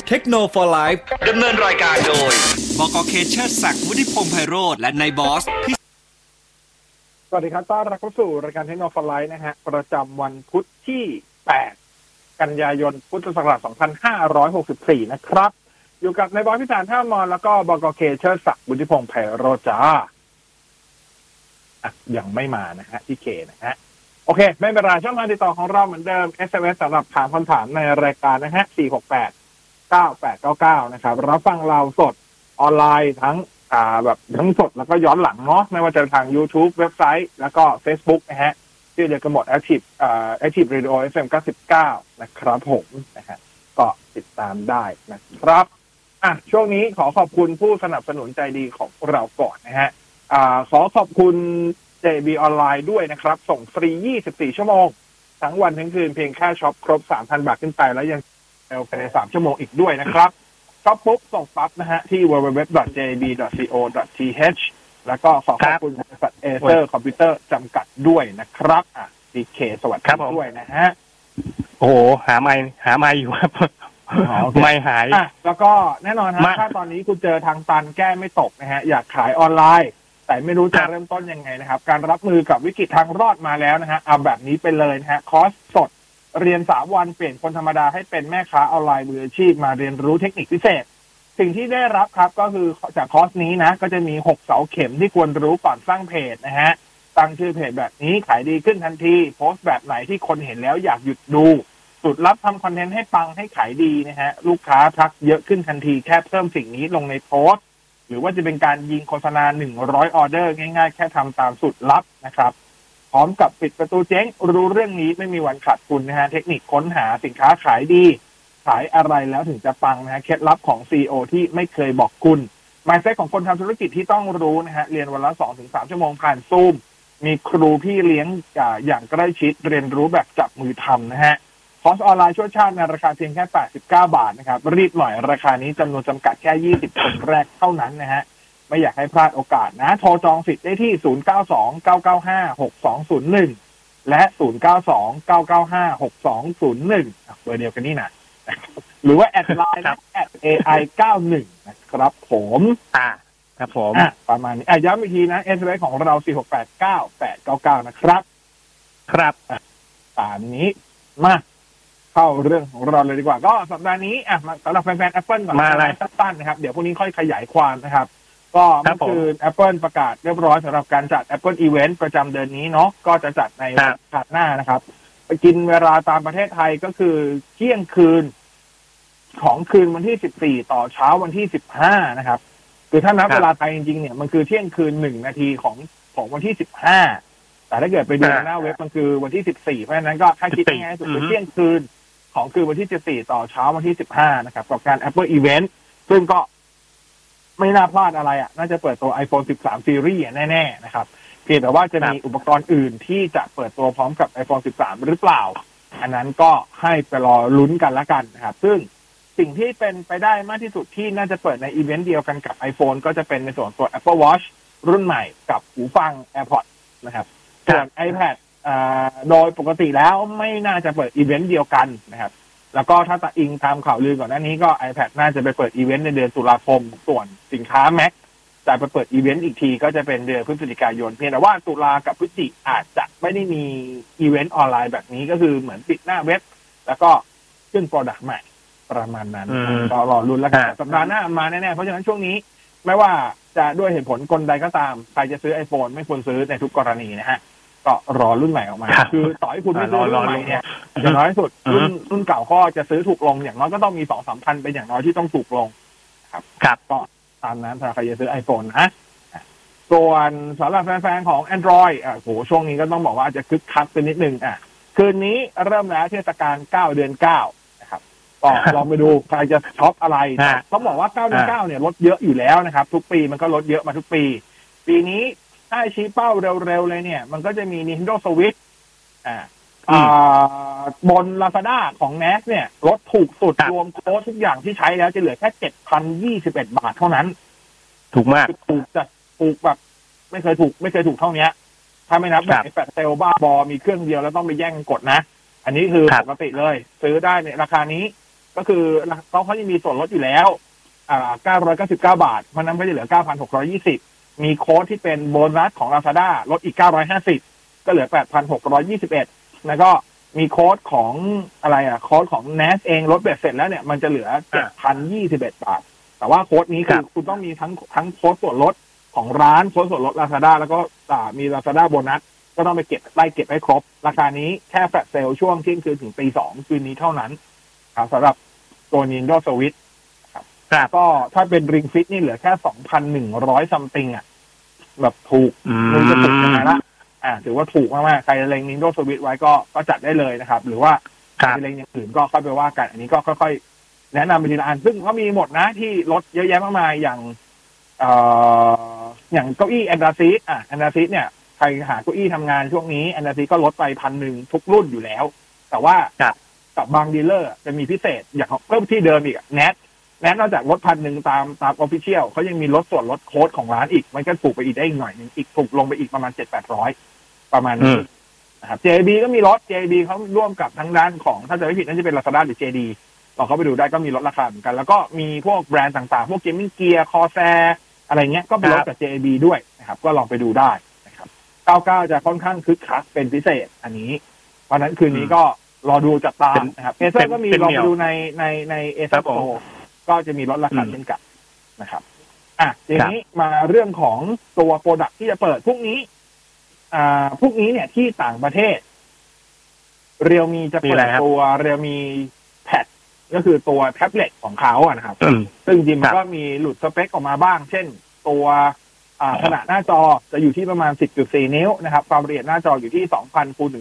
เทคโนโลยีไลฟ์ดำเนินรายการโดยบก.เคเชอร์ศักดิ์วุฒิพงษ์ไพโรจน์และนายบอสสวัสดีครับต้อนรับเข้าสู่รายการเทคโนโลยีไลฟ์นะฮะประจำวันพุธที่8กันยายนพุทธศักราช2564นะครับอยู่กับนายบอสพิสารท่ามอนแล้วก็บก.เคเชอร์ศักดิ์วุฒิพงษ์ไพโรจน์จ้ายังไม่มานะฮะที่เคนะฮะโอเคไม่เป็นไรช่องทางติดต่อของเราเหมือนเดิม SMS สำหรับถามคำถามในรายการนะฮะ4689899นะครับรับฟังเราสดออนไลน์ทั้งแบบทั้งสดแล้วก็ย้อนหลังเนาะไม่ว่าจะทาง YouTube เว็บไซต์แล้วก็ Facebook นะฮะชื่อเดียวกันหมด Active Radio FM 99นะครับผมนะฮะก็ติดตามได้นะครับช่วงนี้ขอขอบคุณผู้สนับสนุนใจดีของเราก่อนนะฮะขอขอบคุณ JB ออนไลน์ด้วยนะครับส่งฟรี24ชั่วโมงทั้งวันทั้งคืนเพียงแค่ช็อปครบ 3,000 บาทขึ้นไปแล้วยังภายใน3ชั่วโมงอีกด้วยนะครับช็อปปุ๊บส่งปั๊บนะฮะที่ www.jb.co.th แล้วก็ขอขอบคุณบริษัท Acer คอมพิวเตอร์จำกัดด้วยนะครับDK สวัสดีด้วยนะฮะโอ้โหหาไมค์อยู่ครับไม่หายแล้วก็แน่นอนฮะถ้าตอนนี้คุณเจอทางตันแก้ไม่ตกนะฮะอยากขายออนไลน์แต่ไม่รู้จะเริ่มต้นยังไงนะครับการรับมือกับวิกฤตทางรอดมาแล้วนะฮะเอาแบบนี้ไปเลยนะฮะคอร์สสดเรียน3วันเปลี่ยนคนธรรมดาให้เป็นแม่ค้าออนไลน์มืออาชีพมาเรียนรู้เทคนิคพิเศษสิ่งที่ได้รับครับก็คือจากคอร์สนี้นะก็จะมี6เสาเข็มที่ควรรู้ก่อนสร้างเพจนะฮะตั้งชื่อเพจแบบนี้ขายดีขึ้นทันทีโพสต์แบบไหนที่คนเห็นแล้วอยากหยุดดูสูตรลับทำคอนเทนต์ให้ปังให้ขายดีนะฮะลูกค้าทักเยอะขึ้นทันทีแค่เพิ่มสิ่งนี้ลงในโพสต์หรือว่าจะเป็นการยิงโฆษณา100ออเดอร์ง่ายๆแค่ทำตามสูตรลับนะครับพร้อมกับปิดประตูเจ๊งรู้เรื่องนี้ไม่มีวันขาดทุนนะฮะเทคนิคค้นหาสินค้าขายดีขายอะไรแล้วถึงจะปังนะฮะเคล็ดลับของ CEO ที่ไม่เคยบอกคุณ mindset ของคนทำธุรกิจที่ต้องรู้นะฮะเรียนวันละ 2-3 ชั่วโมงผ่านซูมมีครูพี่เลี้ยงอย่างใกล้ชิดเรียนรู้แบบจับมือทำนะฮะคอร์สออนไลน์ชั่วชาติในราคาเพียงแค่89 บาทนะครับรีบหน่อยราคานี้จำนวนจำกัดแค่20คนแรกเท่านั้นนะฮะไม่อยากให้พลาดโอกาสนะโทรจองสิทธิ์ได้ที่0929956201และ0929956201เบอร์เดียวกันนี่นะหรือว่าแอดไลน์นะ@ai91นะครับผมครับผมประมาณนี้ย้ำอีกทีนะ SMS ของเรา4689899นะครับครับตามนี้มาเข้าเรื่องของเราเลยดีกว่าก็สัปดาห์นี้สำหรับแฟนๆ Apple ก่อนมาอะไรสั้นๆนะครับเดี๋ยวพรุ่งนี้ค่อยขยายความนะครับก็เมื่อคืน Apple ประกาศเรียบร้อยสำหรับการจัด Apple Event ประจำเดือนนี้เนาะก็จะจัดในวันถัดหน้านะครับไปกินเวลาตามประเทศไทยก็คือเที่ยงคืนของคืนวันที่14ต่อเช้าวันที่15นะครับคือถ้านับเวลาไทยจริงๆเนี่ยมันคือเที่ยงคืน1นาทีของวันที่15แต่ถ้าเกิดไปดูหน้าเว็บมันคือวันที่14เพราะฉะนั้นก็ถ้าคิดง่ายๆสุดคือเที่ยงคืนของคืนวันที่14ต่อเช้าวันที่15นะครับกับการ Apple Event ซึ่งก็ไม่น่าพลาดอะไรน่าจะเปิดตัว iPhone 13 Series แน่ๆนะครับเพียงแต่ว่าจะมีอุปกรณ์อื่นที่จะเปิดตัวพร้อมกับ iPhone 13 หรือเปล่าอันนั้นก็ให้ไปรอลุ้นกันละกันนะครับซึ่งสิ่งที่เป็นไปได้มากที่สุดที่น่าจะเปิดในอีเวนต์เดียวกันกับ iPhone ก็จะเป็นในส่วนตัว Apple Watch รุ่นใหม่กับหูฟัง AirPods นะครับส่วน iPad โดยปกติแล้วไม่น่าจะเปิดอีเวนต์เดียวกันนะครับแล้วก็ถ้าอิงตามข่าวลือก่อนหน้านี้ก็ iPad น่าจะไปเปิดอีเวนต์ในเดือนตุลาคมส่วนสินค้า Mac จะไปเปิดอีเวนต์อีกทีก็จะเป็นเดือนพฤศจิกายนเพียงแต่ว่าตุลากับพฤศจิอาจจะไม่ได้มีอีเวนต์ออนไลน์แบบนี้ก็คือเหมือนปิดหน้าเว็บแล้วก็ขึ้น product ใหม่ประมาณนั้นก็รอลุ้นแล้วกันสัปดาห์หน้ามาแน่ๆเพราะฉะนั้นช่วงนี้ไม่ว่าจะด้วยเหตุผลกลใดก็ตามใครจะซื้อ iPhone ไม่ควรซื้อในทุกกรณีนะฮะก็รอรุ่นใหม่ออกมาคือต่อให้คุณไม่ซื้อรุ่นใหม่เนี่ยอย่างน้อยสุดรุ่นเก่าก็จะซื้อถูกลงอย่างน้อยก็ต้องมี 2-3 พันเป็นอย่างน้อยที่ต้องถูกลงครับก็ตามนั้นถ้าใครจะซื้อ iPhone นะส่วนสำหรับแฟนๆของ Android โหช่วงนี้ก็ต้องบอกว่าจะคึกคักเป็นนิดนึงคืนนี้เริ่มแล้วเทศกาล9เดือน9นะครับก็ลองไปดูใครจะช็อปอะไรต้องบอกว่า9เดือน9เนี่ยลดเยอะอยู่แล้วนะครับทุกปีมันก็ลดเยอะมาทุกปีปีนี้ถ้าชี้เป้าเร็วๆเลยเนี่ยมันก็จะมี Nintendo Switch บน Lazada ของ NAS เนี่ยลดถูกสุดรวมโค้ดทุกอย่างที่ใช้แล้วจะเหลือแค่ 7,021 บาทเท่านั้นถูกมากถูกแบบไม่เคยถูกเท่านี้ถ้าไม่นับแบบแฟลชเซลบ้าบอมีเครื่องเดียวแล้วต้องไปแย่งกดนะอันนี้คือปกติเลยซื้อได้ในราคานี้ก็ก็คือเขายังมีส่วนลดอยู่แล้ว999 บาทมันนั้นก็จะเหลือ 9,620 มีโค้ดที่เป็นโบนัสของ Lazada ลดอีก950ก็เหลือ 8,621 แล้วก็มีโค้ดของอะไรโค้ดของ NAS เองลดเบ็ดเสร็จแล้วเนี่ยมันจะเหลือ 7,021 บาทแต่ว่าโค้ดนี้คือคุณต้องมีทั้งโค้ดส่วนลดของร้านโค้ดส่วนลด Lazada แล้วก็มี Lazada โบนัสก็ต้องไปเก็บให้ครบราคานี้แค่แฟลชเซลช่วงเที่ยงคืนถึงตี 2คืนนี้เท่านั้นครับสำหรับตัว Nintendo Switch ครับก็ถ้าเป็น Ring Fit นี่เหลือแค่ 2,100 ซัมติงแบบถูกมันจะถูกยังไงละถือว่าถูกมากๆใครเล็ง Nintendo Switch ไว้ก็จัดได้เลยนะครับหรือว่าใครเล็งอย่างอื่นก็ค่อยไปว่ากันอันนี้ก็ค่อยๆแนะนำไปทีละอันซึ่งก็มีหมดนะที่ลดเยอะแยะมากมายอย่างเก้าอี้แอนดาซีแอนดาซีเนี่ยใครหาเก้าอี้ทำงานช่วงนี้แอนดาซีก็ลดไป 1,000 ทุกรุ่นอยู่แล้วแต่ว่ากับบางดีลเลอร์จะมีพิเศษอย่างเพิ่มที่เดิมอีกแนทนอกจากลด 1,000 ตามออฟฟิเชียลเขายังมีลดส่วนลดโค้ดของร้านอีกมันก็ถูกไปอีกได้อีกหน่อยนึงอีกถูกลงไปอีกประมาณ 700-800 ประมาณนี้นะครับ JB ก็มีลด JB เขาร่วมกับทางด้านของถ้าจะไม่ผิดน่าจะเป็น Lazada หรือ JD ลองเข้าไปดูได้ก็มีลดราคาเหมือนกันแล้วก็มีพวกแบรนด์ต่างๆพวก Gaming Gear Corsair อะไรเงี้ยก็ไปลดกับ JB ด้วยนะครับก็ลองไปดูได้นะครับ99จะค่อนข้างคึกคักเป็นพิเศษอันนี้เพราะนั้นคืนนี้ก็รอดูจัดตามนะครับเอเซอร์ก็มีลองไปดูในเอเซอร์โปรก็จะมีลดราคาเช่นกันนะครับทีนี้มาเรื่องของตัวโปรดักที่จะเปิดพรุ่งนี้เนี่ยที่ต่างประเทศเรียวมีจะเปิดตัวเรียวมีแพดก็คือตัวแท็บเล็ตของเขานะครับซึ่งจริงมันก็มีหลุดสเปคออกมาบ้าง เช่นตัวขนาดหน้าจอจะอยู่ที่ประมาณ 10.4 นิ้วนะครับความละเอียดหน้าจออยู่ที่ 2,000 x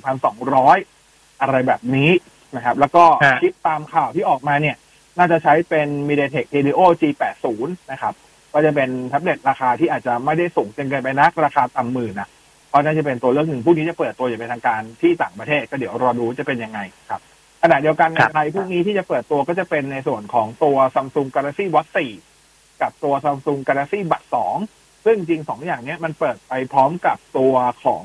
1,200 อะไรแบบนี้นะครับแล้วก็ชิปตามข่าวที่ออกมาเนี่ยน่าจะใช้เป็น MediaTek Helio G80 นะครับก็จะเป็นแท็บเล็ตราคาที่อาจจะไม่ได้สูงจนเกินไปนักราคาต่ำหมื่นนะเพราะน่าจะเป็นตัวเลือกหนึ่งพวกนี้จะเปิดตัวอย่างเป็นทางการที่ต่างประเทศก็เดี๋ยวรอดูจะเป็นยังไงครับขณะเดียวกันในไทยพวกนี้ที่จะเปิดตัวก็จะเป็นในส่วนของตัว Samsung Galaxy Watch 4 กับตัว Samsung Galaxy Buds 2ซึ่งจริง2อย่างนี้มันเปิดไปพร้อมกับตัวของ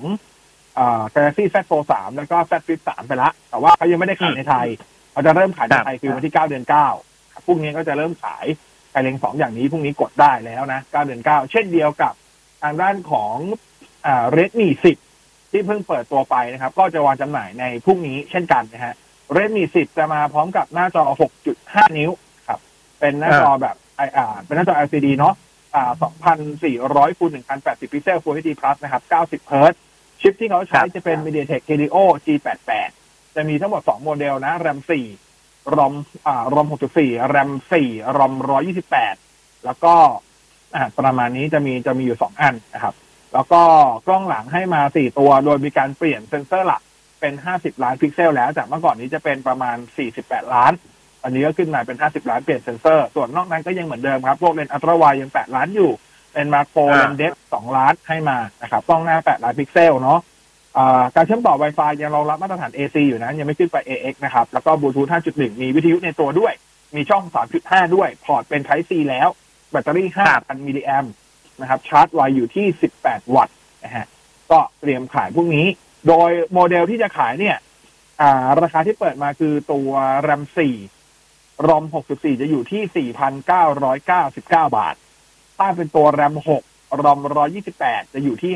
Galaxy Z Fold 3แล้วก็ Z Flip 3ไปละแต่ว่าเขายังไม่ได้ขายในไทยเขาจะเริ่มขายในไทยคือวันที่9 เดือน 9พรุ่งนี้ก็จะเริ่มขายใครเล็ง2อย่างนี้พรุ่งนี้กดได้แล้วนะ9 เดือน 9เช่นเดียวกับทางด้านของRedmi 10ที่เพิ่งเปิดตัวไปนะครับก็จะวางจำหน่ายในพรุ่งนี้เช่นกันนะฮะ Redmi 10จะมาพร้อมกับหน้าจอ 6.5 นิ้วครับเป็นหน้าจอแบบเป็นหน้าจอ LCD เนาะ2,400 x 1,080 พิกเซล Full HD Plus นะครับ90 Hz ชิปที่เขาใช้จะเป็น MediaTek Helio G88 จะมีทั้งหมด2โมเดลนะ RAM 4 ROM 6.4 RAM 4 ROM 128แล้วก็ประมาณนี้จะมีอยู่2อันนะครับแล้วก็กล้องหลังให้มา4ตัวโดยมีการเปลี่ยนเซ็นเซอร์หลักเป็น50 ล้านพิกเซลแล้วจากเมื่อก่อนนี้จะเป็นประมาณ48 ล้านอันนี้ก็ขึ้นมาเป็น50 ล้านเปลี่ยนเซ็นเซอร์ส่วนนอกนั้นก็ยังเหมือนเดิมครับพวกเลนส์อัลตร้าไวด์ยัง8 ล้านอยู่เป็นมาโครเลนส์เดฟ2 ล้านให้มานะครับกล้องหน้า8 ล้านพิกเซลเนาะการเชื่อมต่อ Wi-Fi ยังรองรับมาตรฐาน AC อยู่นะยังไม่ขึ้นไป AX นะครับแล้วก็บลูทูธ 5.1 มีวิทยุในตัวด้วยมีช่อง 3.5 ด้วยพอร์ตเป็น Type C แล้วแบตเตอรี่ 5,000 มิลลิแอมป์นะครับชาร์จไวอยู่ที่18 วัตต์นะฮะก็เตรียมขายพวกนี้โดยโมเดลที่จะขายเนี่ยราคาที่เปิดมาคือตัว RAM 4 ROM 6.4 จะอยู่ที่ 4,999 บาทถ้าเป็นตัว RAM 6 ROM 128 จะอยู่ที่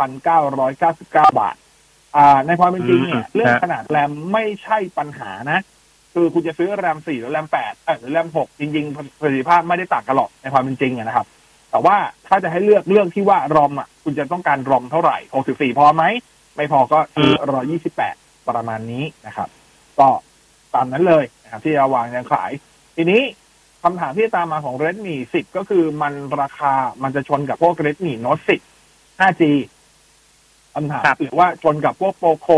5,999 บาทในความเป็นจริงเนี่ยเรื่องขนาด RAM ไม่ใช่ปัญหานะคือคุณจะซื้อ RAM 4 หรือ RAM 8หรือ RAM 6 จริงๆประสิทธิภาพไม่ได้ต่างกันหรอกในความเป็นจริงนะครับแต่ว่าถ้าจะให้เลือกที่ว่ารอมคุณจะต้องการรอมเท่าไหร่64พอไหมไม่พอก็ซื้อ128ประมาณนี้นะครับก็ตามนั้นเลยนะครับที่จะวางยังขายทีนี้คำถามที่ตามมาของ Redmi 10 ก็คือมันราคามันจะชนกับพวก Redmi Note 10 5G คำถามหรือว่าชนกับพวก Poco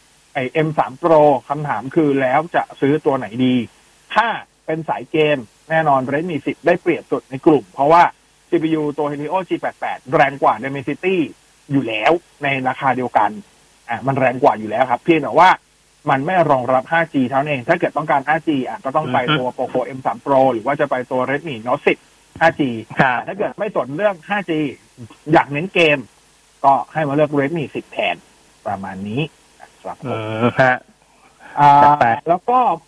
M3 Pro คำถามคือแล้วจะซื้อตัวไหนดีถ้าเป็นสายเกมแน่นอน Redmi 10 ได้เปรียบสุดในกลุ่มเพราะว่าCPU ตัว Helio G88 แรงกว่า Dimensity อยู่แล้วในราคาเดียวกันมันแรงกว่าอยู่แล้วครับเพียงแต่ว่ามันไม่รองรับ 5G เท่านั้นเองถ้าเกิดต้องการ 5G ก็ต้องไปตัว Poco M3 Pro หรือว่าจะไปตัว Redmi Note 10 5G ถ้าเกิดไม่สนเรื่อง 5G อยากเน้นเกมก็ให้มาเลือก Redmi 10 แทนประมาณนี้นะครับแล้วก็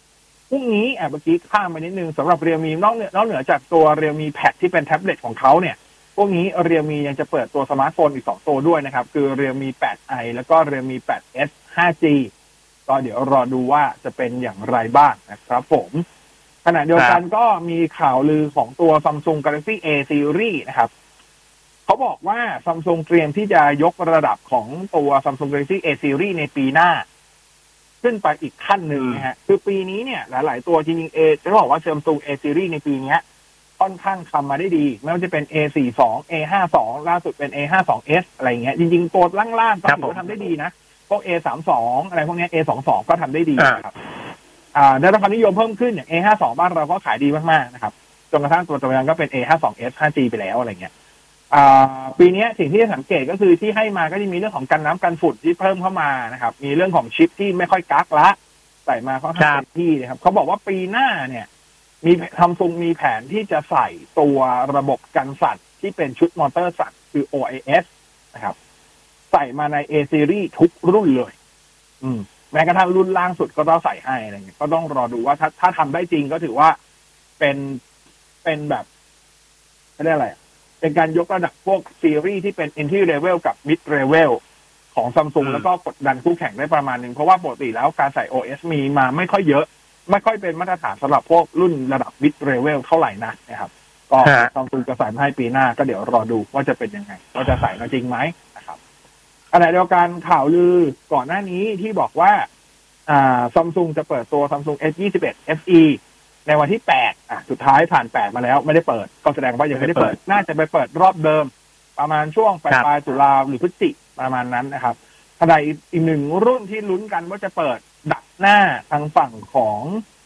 พรุ่งนี้เมื่อกี้ข้ามไปนิดนึงสำหรับ Realme นอกเหนือจากตัว Realme Pad ที่เป็นแท็บเล็ตของเขาเนี่ยพวกนี้ Realme ยังจะเปิดตัวสมาร์ทโฟนอีก2ตัวด้วยนะครับคือ Realme 8i แล้วก็ Realme 8s 5G ก็เดี๋ยวรอดูว่าจะเป็นอย่างไรบ้างนะครับผมขณะเดียวกันก็มีข่าวลือของตัว Samsung Galaxy A Series นะครับเขาบอกว่า Samsung เตรียมที่จะยกระดับของตัว Samsung Galaxy A Series ในปีหน้าขึ้นไปอีกขั้นหนึ่งนะฮะคือปีนี้เนี่ยหลายๆตัวจริงๆจะบอกว่า Samsung A Series ในปีนี้ค่อนข้างทำมาได้ดีไม่ว่าจะเป็น A42 A52 ล่าสุดเป็น A52s อะไรเงี้ยจริงๆตัวล่างๆก็ถือว่าทำได้ดีนะพวก A32 อะไรพวกนี้ A22 ก็ทำได้ดีนะครับได้รับความนิยมเพิ่มขึ้นอย่าง A52 บ้านเราก็ขายดีมากๆนะครับจนกระทั่งตัวนั้นก็เป็น A52s 5G ไปแล้วอะไรเงี้ยปีนี้สิ่งที่จะสังเกตก็คือที่ให้มาก็จะมีเรื่องของกันน้ำกันฝุ่นที่เพิ่มเข้ามานะครับมีเรื่องของชิปที่ไม่ค่อยกักละใส่มาค่อนข้างเต็มที่นะครับเขาบอกว่าปีหน้าเนี่ยมีSamsungมีแผนที่จะใส่ตัวระบบกันสั่นที่เป็นชุดมอเตอร์สั่นคือ OIS นะครับใส่มาใน A Series ทุกรุ่นเลยแม้กระทั่งรุ่นล่างสุดก็ต้องใส่ให้อะไรเงี้ยก็ต้องรอดูว่าถ้าทำได้จริงก็ถือว่าเป็นแบบไม่ได้อะไรเป็นการยกระดับพวกซีรีส์ที่เป็น entry level กับ mid level ของ Samsung แล้วก็กดดันคู่แข่งได้ประมาณนึงเพราะว่าปกติแล้วการใส่ OS มีมาไม่ค่อยเยอะไม่ค่อยเป็นมาตรฐานสำหรับพวกรุ่นระดับ mid level เท่าไหร่นะนะครับก็ Samsung จะใส่มาให้ปีหน้าก็เดี๋ยวรอดูว่าจะเป็นยังไงว่าจะใส่มาจริงไหมนะครับขณะเดียวกันข่าวลือก่อนหน้านี้ที่บอกว่าSamsung จะเปิดตัว Samsung S21 FE ในวันที่8สุดท้ายผ่าน8มาแล้วไม่ได้เปิดก็แสดงว่ายังไม่ได้เปิดน่าจะไปเปิดรอบเดิมประมาณช่วงปลายตุลาหรือพฤศจิกประมาณนั้นนะครับขณะอีกหนึ่งรุ่นที่ลุ้นกันว่าจะเปิดดักหน้าทางฝั่งของ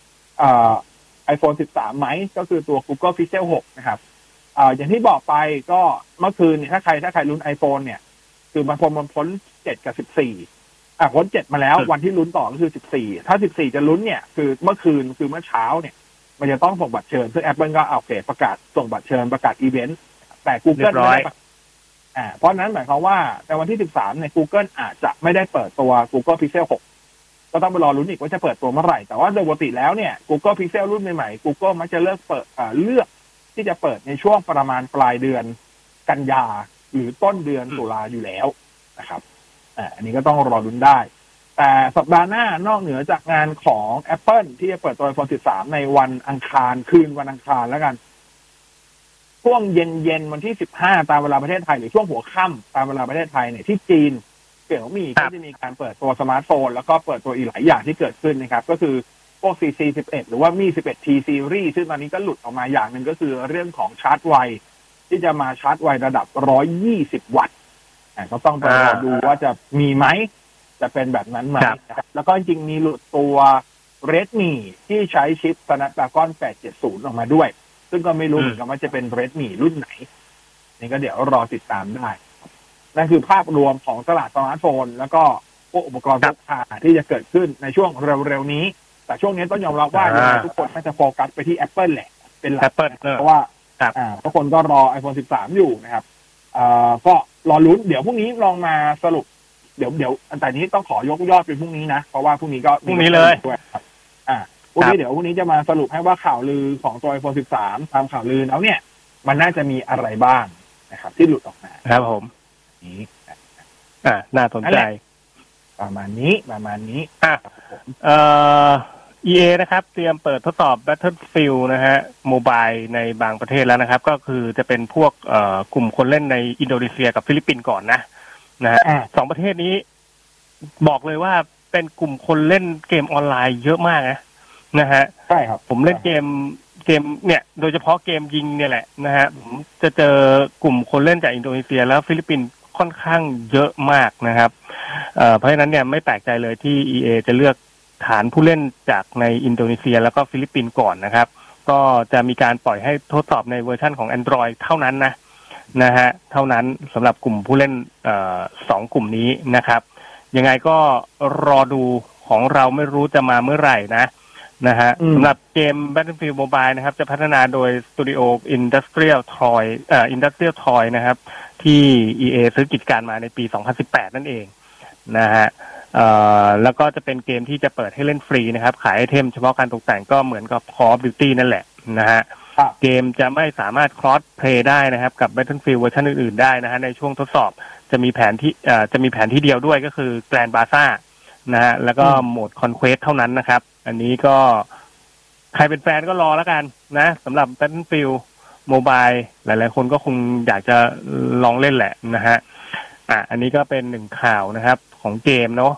iPhone 13ไหมก็คือตัว Google Pixel 6นะครับอย่างที่บอกไปก็เมื่อคืนถ้าใครลุ้น iPhone เนี่ยคือมันพ้น7กับ14พ้น7มาแล้ววันที่ลุ้นต่อก็คือ14ถ้า14จะลุ้นเนี่ยคือเมื่อคืนคือเมื่อเช้าเนี่ยมันจะต้องส่งบัตรเชิญซึ่ง Apple ก็โอเคประกาศส่งบัตรเชิญประกาศอีเวนต์แต่ Google ไม่ได้เพราะนั้นหมายความว่าในวันที่13เนี่ย Google อาจจะไม่ได้เปิดตัว Google Pixel 6ก็ต้องไปรอลุ้นอีกว่าจะเปิดตัวเมื่อไหร่แต่ว่าโดยปกติแล้วเนี่ย Google Pixel รุ่นใหม่ๆ Google มักจะเลือกที่จะเปิดในช่วงประมาณปลายเดือนกันยาหรือต้นเดือนตุลาอยู่แล้วนะครับอันนี้ก็ต้องรอลุ้นได้แต่สัปดาห์หน้านอกเหนือจากงานของ Apple ที่จะเปิดตัว iPhone 13ในวันอังคารคืนวันอังคารแล้วกันช่วงเย็นวันที่15ตามเวลาประเทศไทยหรือช่วงหัวค่ำตามเวลาประเทศไทยเนี่ยที่จีนเสี่ยวมี่ก็จะมีการเปิดตัวสมาร์ทโฟนแล้วก็เปิดตัวอีกหลายอย่างที่เกิดขึ้นนะครับก็คือพวก CC11 หรือว่ามี 11T Series ซึ่งตอนนี้ก็หลุดออกมาอย่างหนึ่งก็คือเรื่องของชาร์จไวที่จะมาชาร์จไวระดับ120วัตต์ก็ต้องไปรอดูว่าจะมีไหมจะเป็นแบบนั้นไหมแล้วก็จริงมีหลุดตัว Redmi ที่ใช้ชิป Snapdragon 870ออกมาด้วยซึ่งก็ไม่รู้เหมือนกันว่าจะเป็น Redmi รุ่นไหนนี่ก็เดี๋ยวรอติดตามได้นั่นคือภาพรวมของตลาดสมาร์ทโฟนแล้วก็พวกอุปกรณ์พกพาที่จะเกิดขึ้นในช่วงเร็วๆนี้แต่ช่วงนี้ต้องยอมรับว่าทุกคนน่าจะโฟกัสไปที่ Apple แหละเป็นหลักเพราะว่าทุกคนก็รอ iPhone 13อยู่นะครับก็รอลุ้นเดี๋ยวพรุ่งนี้ลองมาสรุปเดี๋ยวแต่นี้ต้องขอยกยอดเป็นพรุ่งนี้นะเพราะว่าพรุ่งนี้ก็พรุ่งนี้เลยพรุ่งนี้เดี๋ยวพรุ่งนี้จะมาสรุปให้ว่าข่าวลือของตัว iPhone 13ตามข่าวลือแล้วเนี่ยมันน่าจะมีอะไรบ้างนะครับที่หลุดออกมาครับผมนี้น่าสนใจประมาณนี้ EA นะครับเตรียมเปิดทดสอบ Battlefield นะฮะโมบายในบางประเทศแล้วนะครับก็คือจะเป็นพวกกลุ่มคนเล่นในอินโดนีเซียกับฟิลิปปินส์ก่อนนะฮะสองประเทศนี้บอกเลยว่าเป็นกลุ่มคนเล่นเกมออนไลน์เยอะมากนะฮะใช่ครับผมเล่นเกมเนี่ยโดยเฉพาะเกมยิงเนี่ยแหละนะฮะผมจะเจอกลุ่มคนเล่นจากอินโดนีเซียแล้วฟิลิปปินส์ค่อนข้างเยอะมากนะครับเพราะฉะนั้นเนี่ยไม่แปลกใจเลยที่ EA จะเลือกฐานผู้เล่นจากในอินโดนีเซียแล้วก็ฟิลิปปินส์ก่อนนะครับก็จะมีการปล่อยให้ทดสอบในเวอร์ชันของ Android เท่านั้นนะฮะเท่านั้นสำหรับกลุ่มผู้เล่น2กลุ่มนี้นะครับยังไงก็รอดูของเราไม่รู้จะมาเมื่อไหร่นะฮะสำหรับเกม Battlefield Mobile นะครับจะพัฒนาโดยสตูดิโอ Industrial Toy นะครับที่ EA ซื้อกิจการมาในปี 2018 นั่นเองนะฮะแล้วก็จะเป็นเกมที่จะเปิดให้เล่นฟรีนะครับขายไอเทมเฉพาะการตกแต่งก็เหมือนกับ Call of Duty นั่นแหละนะฮะเกมจะไม่สามารถ cross play ได้นะครับกับ Battlefield เวอร์ชันอื่นๆได้นะฮะในช่วงทดสอบจะมีแผนที่เดียวด้วยก็คือ Grand Baza นะฮะแล้วก็โหมด Conquest เท่านั้นนะครับอันนี้ก็ใครเป็นแฟนก็รอแล้วกันนะสำหรับ Battlefield Mobile หลายๆคนก็คงอยากจะลองเล่นแหละนะฮะอันนี้ก็เป็นหนึ่งข่าวนะครับของเกมเนาะ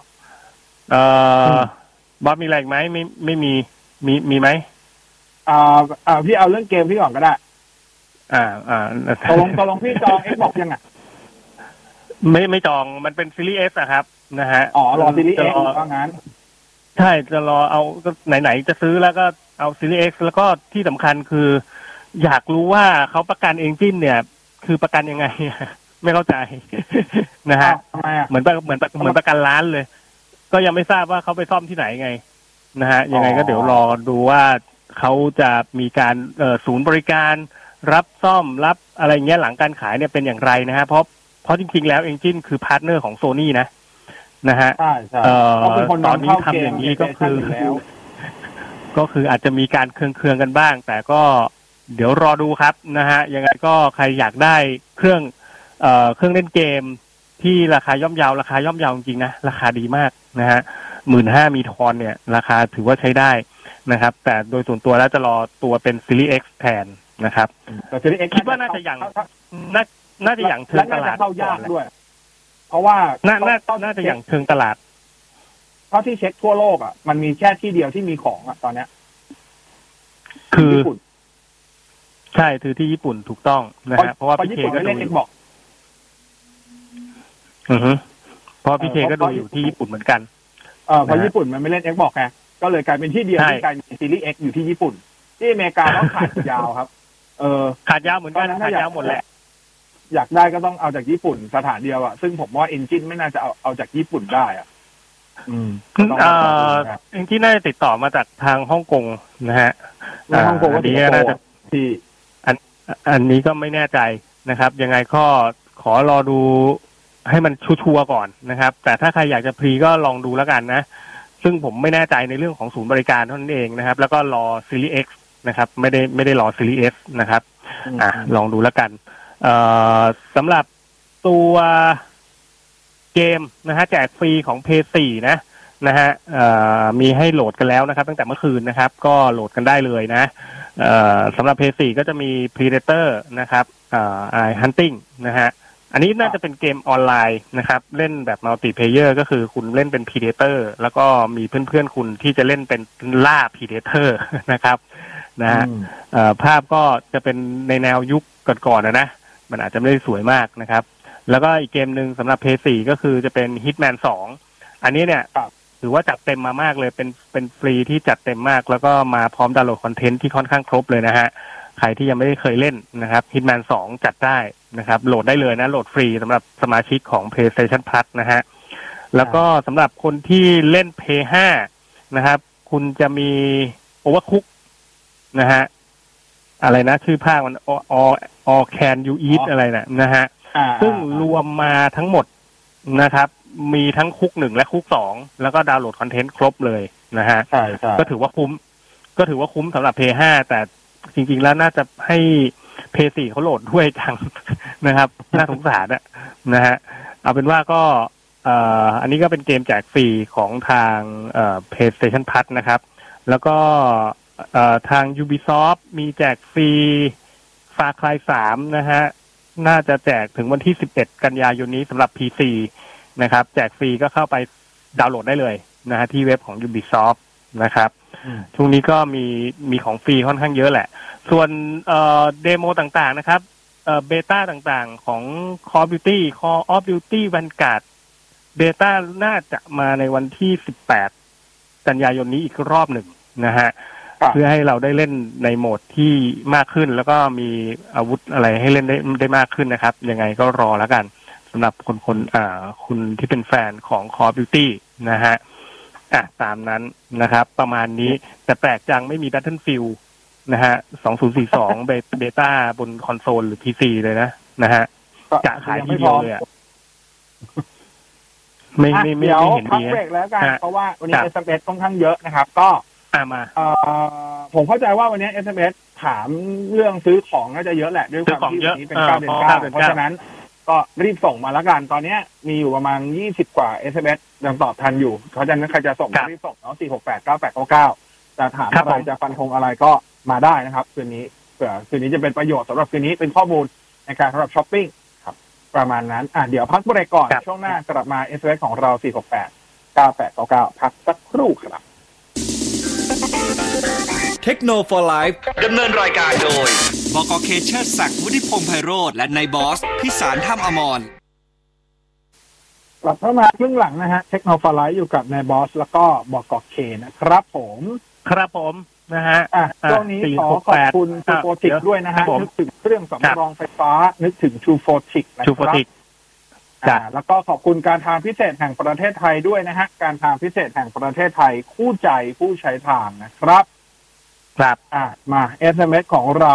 บอสมีอะไรอีกไหมไม่มีไหมพี่เอาเรื่องเกมพี่ก่อนก็ได้ตกลงพี่จอง Xbox ยังไม่จองมันเป็นซีรีส์ S อะครับนะฮะรอซีรีส์ X ว่างั้นใช่จะรอเอาก็ไหนๆจะซื้อแล้วก็เอาซีรีส์ X แล้วก็ที่สำคัญคืออยากรู้ว่าเขาประกันเอนจินเนี่ยคือประกันยังไงไม่เข้าใจนะฮะเหมือนประกันร้านเลยก็ยังไม่ทราบว่าเขาไปซ่อมที่ไหนไงนะฮะยังไงก็เดี๋ยวรอดูว่าเขาจะมีการศูนย์บริการรับซ่อมรับอะไรเงี้ยหลังการขายเนี่ยเป็นอย่างไรนะฮะเพราะจริงๆแล้วเอนจินคือพาร์ทเนอร์ของโซนี่นะฮะใช่ตอนนี้ทำอย่างนี้ก็คืออาจจะมีการเคืองกันบ้างแต่ก็เดี๋ยวรอดูครับนะฮะยังไงก็ใครอยากได้เครื่องเล่นเกมที่ราคาย่อมเยาจริงๆนะราคาดีมากนะฮะ 15,000 มีทอนเนี่ยราคาถือว่าใช้ได้นะครับแต่โดยส่วนตัวแล้วจะรอตัวเป็นซีรีส์ X แทนนะครับคิดว่าน่าจะอย่างเชิงตลาดเข้ายากด้วยเพราะว่าน่าจะอย่างเชิงตลาดเพราะที่เช็คทั่วโลกมันมีแค่ที่เดียวที่มีของตอนเนี้ยคือญี่ปุ่นใช่คือที่ญี่ปุ่นถูกต้องนะฮะเพราะว่าพี่เคก็ดูบอกเพราะพี่เคก็ดูอยู่ที่ญี่ปุ่นเหมือนกันเพราะญี่ปุ่นมันไม่เล่น Xbox ไงก็เลยกลายเป็นที่เดียวที่กลายเป็นซีรีส์ X อยู่ที่ญี่ปุ่นที่อเมริกาต้องขาดยาวครับขาดยาวเหมือนกันขาดยาวหมดแหละอยากได้ก็ต้องเอาจากญี่ปุ่นสถานเดียวซึ่งผมว่าเอนจินไม่น่าจะเอาจากญี่ปุ่นได้เอนจินน่าจะติดต่อมาจากทางฮ่องกงนะฮะฮ่องกงก็น่าจะที่อันนี้ก็ไม่แน่ใจนะครับยังไงก็ขอรอดูให้มันชัวร์ก่อนนะครับแต่ถ้าใครอยากจะพรีก็ลองดูแล้วกันนะซึ่งผมไม่แน่ใจในเรื่องของศูนย์บริการเท่านั้นเองนะครับแล้วก็รอซีรีส์ X นะครับไม่ได้รอซีรีส์ S นะครับลองดูแล้วกันสำหรับตัวเกมนะฮะแจกฟรีของ PS4 นะฮะมีให้โหลดกันแล้วนะครับตั้งแต่เมื่อคืนนะครับก็โหลดกันได้เลยนะสำหรับ PS4 ก็จะมี Predator นะครับHunting นะฮะอันนี้น่าจะเป็นเกมออนไลน์นะครับเล่นแบบมัลติเพลเยอร์ก็คือคุณเล่นเป็น Predator แล้วก็มีเพื่อนๆคุณที่จะเล่นเป็นล่า Predator นะครับนะฮะภาพก็จะเป็นในแนวยุคก่อนๆนะมันอาจจะไม่ได้สวยมากนะครับแล้วก็อีกเกมหนึ่งสำหรับ PS4 ก็คือจะเป็น Hitman 2อันนี้เนี่ยถือว่าจัดเต็มมามากเลยเป็นฟรีที่จัดเต็มมากแล้วก็มาพร้อมดาวน์โหลดคอนเทนต์ที่ค่อนข้างครบเลยนะฮะใครที่ยังไม่ได้เคยเล่นนะครับ Hitman 2จัดได้นะครับโหลดได้เลยนะโหลดฟรีสำหรับสมาชิกของ PlayStation Plus นะฮะแล้วก็สำหรับคนที่เล่น PS5 นะครับคุณจะมี Overcook นะฮะอะไรนะชื่อภาคมัน all can you eat อะไรนะฮะซึ่งรวมมาทั้งหมดนะครับมีทั้งคุก1และคุก2แล้วก็ดาวน์โหลดคอนเทนต์ครบเลยนะฮะใช่ก็ถือว่าคุ้มสำหรับ PS5 แต่จริงๆแล้วน่าจะให้ PS4 เขาโหลดด้วยจังนะครับน่าสงสารนะฮะเอาเป็นว่าก็อันนี้ก็เป็นเกมแจกฟรีของทางPlayStation Plus นะครับแล้วก็ทาง Ubisoft มีแจกฟรี Far Cry 3นะฮะน่าจะแจกถึงวันที่11กันยายนนี้สำหรับ PC นะครับแจกฟรีก็เข้าไปดาวน์โหลดได้เลยนะฮะที่เว็บของ Ubisoft นะครับช่วงนี้ก็มีของฟรีค่อนข้างเยอะแหละส่วนเดโมต่างๆนะครับเบต้าต่างๆของ Call of Duty Vanguard เบต้าน่าจะมาในวันที่18กันยายนนี้อีกรอบหนึ่งนะฮะเพื่อให้เราได้เล่นในโหมดที่มากขึ้นแล้วก็มีอาวุธอะไรให้เล่นได้มากขึ้นนะครับยังไงก็รอแล้วกันสำหรับคุณที่เป็นแฟนของ Call of Duty นะฮะตามนั้นนะครับประมาณนี้แต่แปลกจังไม่มี Battlefield นะฮะ2042เบต้าบนคอนโซลหรือ PC เลยนะฮะจะขายทีเดียวเลยไม่เห็นดีพักเบรกแล้วกันเพราะว่าวันนี้ SMS ค่อนข้างเยอะนะครับก็มาผมเข้าใจว่าวันนี้ SMS ถามเรื่องซื้อของน่าจะเยอะแหละด้วยความที่วันนี้เป็น9 เดือน 9เพราะฉะนั้นก็รีบส่งมาแล้วกันตอนนี้มีอยู่ประมาณ20กว่า SMS ยังตอบทันอยู่เพราะฉะนั้นใครจะส่งรีบส่งเนาะ4689899จะถามอะไรจะฟันธงอะไรก็มาได้นะครับคืนนี้เผื่อคืนนี้จะเป็นประโยชน์สำหรับคืนนี้เป็นข้อมูลในการสำหรับช้อปปิ้งครับประมาณนั้นเดี๋ยวพักเบรกก่อนช่วงหน้ากลับมา SMS ของเรา4689899พักสักครู่ครับเทคโนโลยีไลฟ์ดำเนินรายการโดยบก.เคเชอร์ศักดิ์วุฒิพงษ์ไพโรจน์และนายบอสพิสารถ้ำอมรกลับเข้ามาครึ่งหลังนะฮะเทคโนโลยีไลฟ์อยู่กับนายบอสแล้วก็บก.เคนะครับผมนะฮะช่วงนี้ขอบคุณทูโฟติกด้วยนะฮะนึกถึงเครื่องสำรองไฟฟ้านึกถึงทูโฟติกนะครับแล้วก็ขอบคุณการทางพิเศษแห่งประเทศไทยด้วยนะฮะการทางพิเศษแห่งประเทศไทยคู่ใจผู้ใช้ทางนะครับมา SMS ของเรา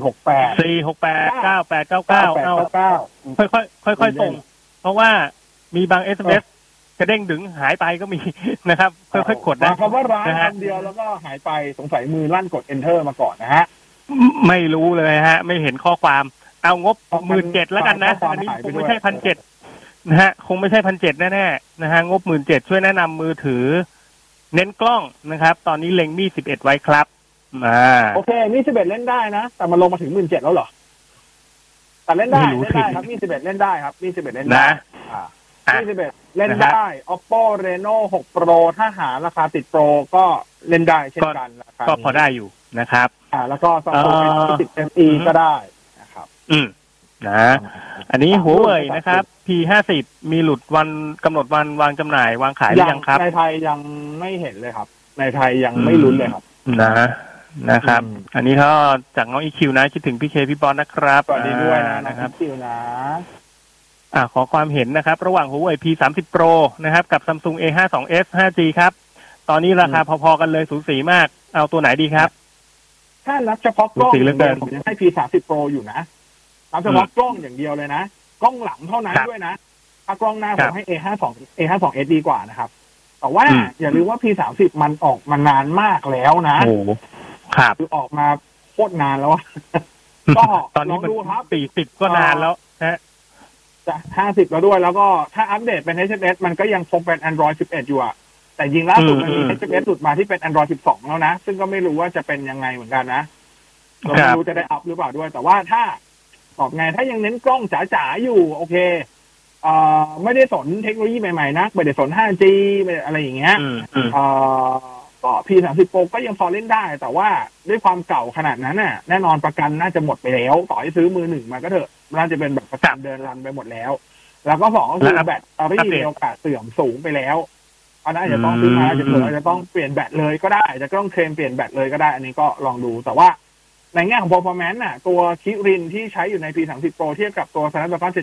4689899ค่อยส่งเพราะว่ามีบาง SMS กระเด้งดึงหายไปก็มีนะครับค่อยๆกดนะคำว่าร้านคำเดียวแล้วก็หายไปสงสัยมือลั่นกด Enter มาก่อนนะฮะไม่รู้เลยฮะไม่เห็นข้อความเอางบ 17,000 แล้วกันนะอันนี้คงไม่ใช่ 1,700 นะฮะคงไม่ใช่ 1,700 แน่ๆนะฮะงบ 17,000 ช่วยแนะนำมือถือเน้นกล้องนะครับตอนนี้เล็งมี11ไว้ครับโอเคมี11เล่นได้นะแต่มันลงมาถึง 17,000 แล้วเหรอแต่เล่นได้ครับมี11เล่นได้ครับมี11เล่นได้มี11เล่นได้ Oppo Reno 6 Pro ถ้าหาราคาติดโปรก็เล่นได้เช่นกันก็พอได้อยู่นะครับแล้วก็ Samsung S10 ก็ได้นะครับนะอันนี้หัวเว่ยนะครับ P50 มีหลุดวันกำหนดวันวางจำหน่ายวางขายหรือยังครับในไทยยังไม่เห็นเลยครับในไทยยังไม่ลุ้นเลยครับนะครับอันนี้เขาจากน้อง EQ นะคิดถึงพี่เคพี่บอลนะครับสวัสดีด้วยนะครับ EQ นะขอความเห็นนะครับระหว่าง Huawei P30 Pro นะครับกับ Samsung A52s 5G ครับตอนนี้ราคาพอๆกันเลยสูสีมากเอาตัวไหนดีครับถ้านับเฉพาะกล้องผมยังให้ P30 Pro อยู่นะนับเฉพาะกล้องอย่างเดียวเลยนะกล้องหลังเท่านั้นด้วยนะถ้ากล้องหน้าผมให้ A52s ดีกว่านะครับแต่ว่าอย่าลืมว่า P30 มันออกมานานมากแล้วนะโอ้ครับคือออกมาโคตรนานแล้วก็ตอนนี้มัน40ก็นานแล้วฮะจะ50แล้วด้วยแล้วก็ถ้าอัปเดตเป็น HTC มันก็ยังคงเป็น Android 11อยู่อะแต่ยิงล่าสุดมันมี HTC หลุดมาที่เป็น Android 12แล้วนะซึ่งก็ไม่รู้ว่าจะเป็นยังไงเหมือนกันนะเราไม่รู้จะได้อัพหรือเปล่าด้วยแต่ว่าถ้าตอบไงถ้ายังเน้นกล้องจ๋าๆอยู่โอเคไม่ได้สนเทคโนโลยีใหม่ๆนะไม่ได้สน 5G ไม่อะไรอย่างเงี้ยก็ P30 Pro ก็ยังพอเล่นได้แต่ว่าด้วยความเก่าขนาดนั้นน่ะแน่นอนประกันน่าจะหมดไปแล้วต่อให้ซื้อมือหนึ่งมาก็เถอะน่าจะเป็นแบบประกันเดินรันไปหมดแล้วแล้วก็2ก็คือแบตเตอรี่มีโอกาสเสื่อมสูงไปแล้วอันนั้นอาจจะต้องซื้อมาอาจจะต้องเปลี่ยนแบตเลยก็ได้อาจจะต้องเทรนเปลี่ยนแบตเลยก็ได้อันนี้ก็ลองดูแต่ว่าในแง่ของ performance น่ะตัวคิรินที่ใช้อยู่ใน P30 Pro เทียบกับตัว Snapdragon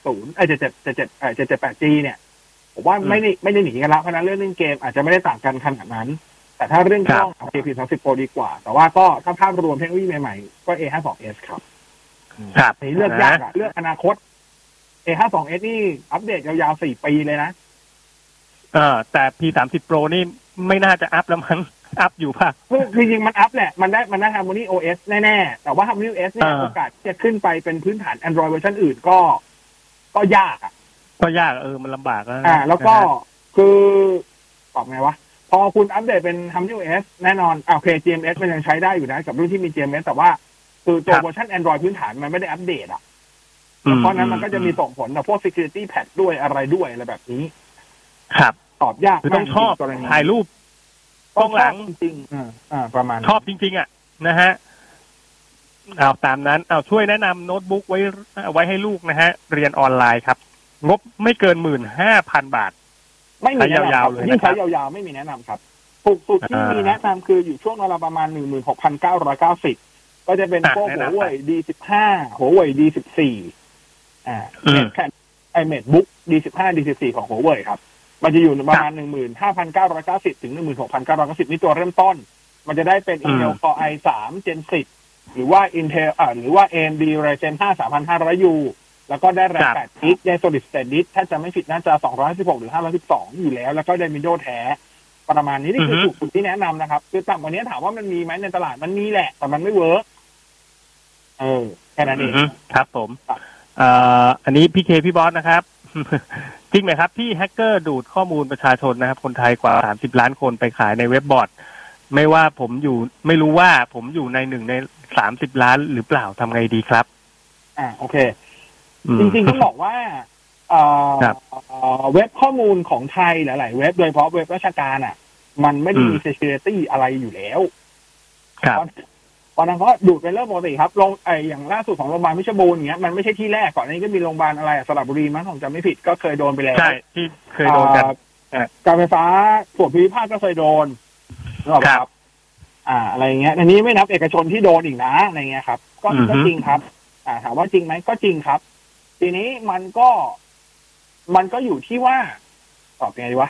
778077G เนี่ยผมว่าไม่ได้หนีกันแล้วเพราะนั้นเรื่องเล่นเกมอาจจะไม่ได้ต่างกันขนาดนั้นแต่ถ้าเรื่องกล้อง P30 Pro ดีกว่าแต่ว่าก็ถ้าภาพรวมเทคโนโลยีใหม่ๆก็ A52s ครับนี่เลือกยากเลือกอนาคต A52s นี่อัปเดตยาวๆ4 ปีเลยนะแต่ P30 Pro นี่ไม่น่าจะอัพแล้วมั้งอัพอยู่ป่ะจริงๆมันอัพแหละมันได้ Harmony OS แน่ๆแต่ว่า Harmony OS เนี่ยโอกาสจะขึ้นไปเป็นพื้นฐาน Android เวอร์ชันอื่นก็ยากก็ยากมันลำบากแล้วก็คือตอบไงวะพอคุณอัปเดตเป็น Harmony OS แน่นอนโอเค GMS มันยังใช้ได้อยู่นะกับรุ่นที่มี GMS แต่ว่าคือตัวเวอร์ชัน Android พื้นฐานมันไม่ได้อัปเดตเพราะนั้นมันก็จะมีส่งผลกับพวก security patch ด้วยอะไรแบบนี้ครับตอบยากต้องชอบถ่ายรูปกล้องหลังจริงประมาณชอบจริงๆนะฮะตามนั้นช่วยแนะนำโน้ตบุ๊กไว้ให้ลูกนะฮะเรียนออนไลน์ครับงบไม่เกิน 15,000 บาทไม่มีแนะนำเลยยิ่งใช้ยาวๆไม่มีแนะนำครับถูกสุดที่มีแนะนำคืออยู่ช่วงเวลาประมาณ 16,990 ก็จะเป็นพวกหัวเว่ย D15 หัวเว่ย D14 MateBook D15 D14 ของหัวเว่ยครับมันจะอยู่ประมาณ 15,990 ถึง 16,990 นี่ตัวเริ่มต้นมันจะได้เป็น Intel Core i3 Gen 10หรือว่า Intel หรือว่า AMD Ryzen 5 3500U แล้วก็ได้แรม8 กิกได้ solid state disk ถ้าจะไม่ผิดน่าจะ216หรือ512อยู่แล้วแล้วก็ได้ Windows แท้ประมาณนี้นี่คือสูตรที่แนะนำนะครับคือต่ำกว่านี้ถามว่ามันมีไหมในตลาดมันมีแหละแต่มันไม่เวิร์กแค่นั้นเองครับผมอันนี้พี่เคพี่บอสนะครับ จริงไหมครับที่แฮกเกอร์ดูดข้อมูลประชาชนนะครับคนไทยกว่า30 ล้านคนไปขายในเว็บบอร์ดไม่ว่าผมอยู่ไม่รู้ว่าผมอยู่ใน1 ใน 30 ล้านหรือเปล่าทำไงดีครับโอเคจริงๆต้องบอกว่าเว็บข้อมูลของไทยหลายๆเว็บโดยเฉพาะเว็บราชการมันไม่ได้มี security อะไรอยู่แล้วครับตอนนั้นก็ดูดเป็นเรื่องปกติครับลงอย่างล่าสุดของโรงพยาบาลเพชรบูรณ์อย่างเงี้ยมันไม่ใช่ที่แรกก่อนนี้ก็มีโรงพยาบาลอะไรสระบุรีมั้งผมจำไม่ผิดก็เคยโดนไปแล้วใช่ที่เคยโดนกันการไฟฟ้าส่วนภูมิภาคก็เคยโดนครับอะไรเงี้ยอันนี้ไม่นับเอกชนที่โดนอีกนะอะไรเงี้ยครับก็จริงครับถามว่าจริงไหมก็จริงครับทีนี้มันก็อยู่ที่ว่าตอบยังไงดีวะ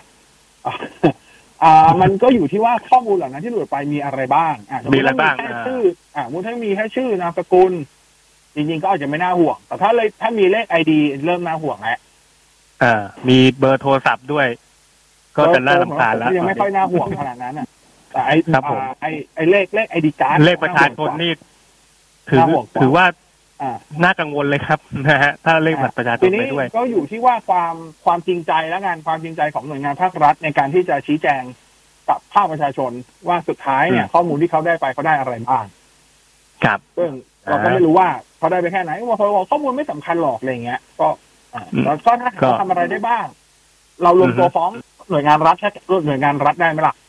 มันก็อยู่ที่ว่าข้อมูลเหล่านั้นที่หลุดไปมีอะไรบ้างมีอะไรบ้างชื่อมุถ้ามีแค่ชื่อนามสกุลจริงๆก็อาจจะไม่น่าห่วงแต่ถ้ามีเลข ID เริ่มน่าห่วงแล้วมีเบอร์โทรศัพท์ด้วยก็จะน่ารำคาญแล้วยังไม่ค่อยน่าห่วงขนาดนั้นแต่ไอ้เลข ID การ์ดเลขประชาชนนี่ถือว่าน่ากังวลเลยครับนะฮะถ้าเลขบัตรประชาชนไปด้วยก็อยู่ที่ว่าความจริงใจและงานความจริงใจของหน่วยงานภาครัฐในการที่จะชี้แจงกับภาคประชาชนว่าสุดท้ายเนี่ยข้อมูลที่เขาได้ไปเขาได้อะไรบ้างครับซึ่งเราก็ไม่รู้ว่าเขาได้ไปแค่ไหนว่าข้อมูลไม่สำคัญหรอกอะไรเงี้ยก็แล้วก็ถ้าเขาทำอะไรได้บ้างเราลงตัวฟ้องหน่วยงานรัฐแค่หน่วยงานรัฐได้ไหมล่ะ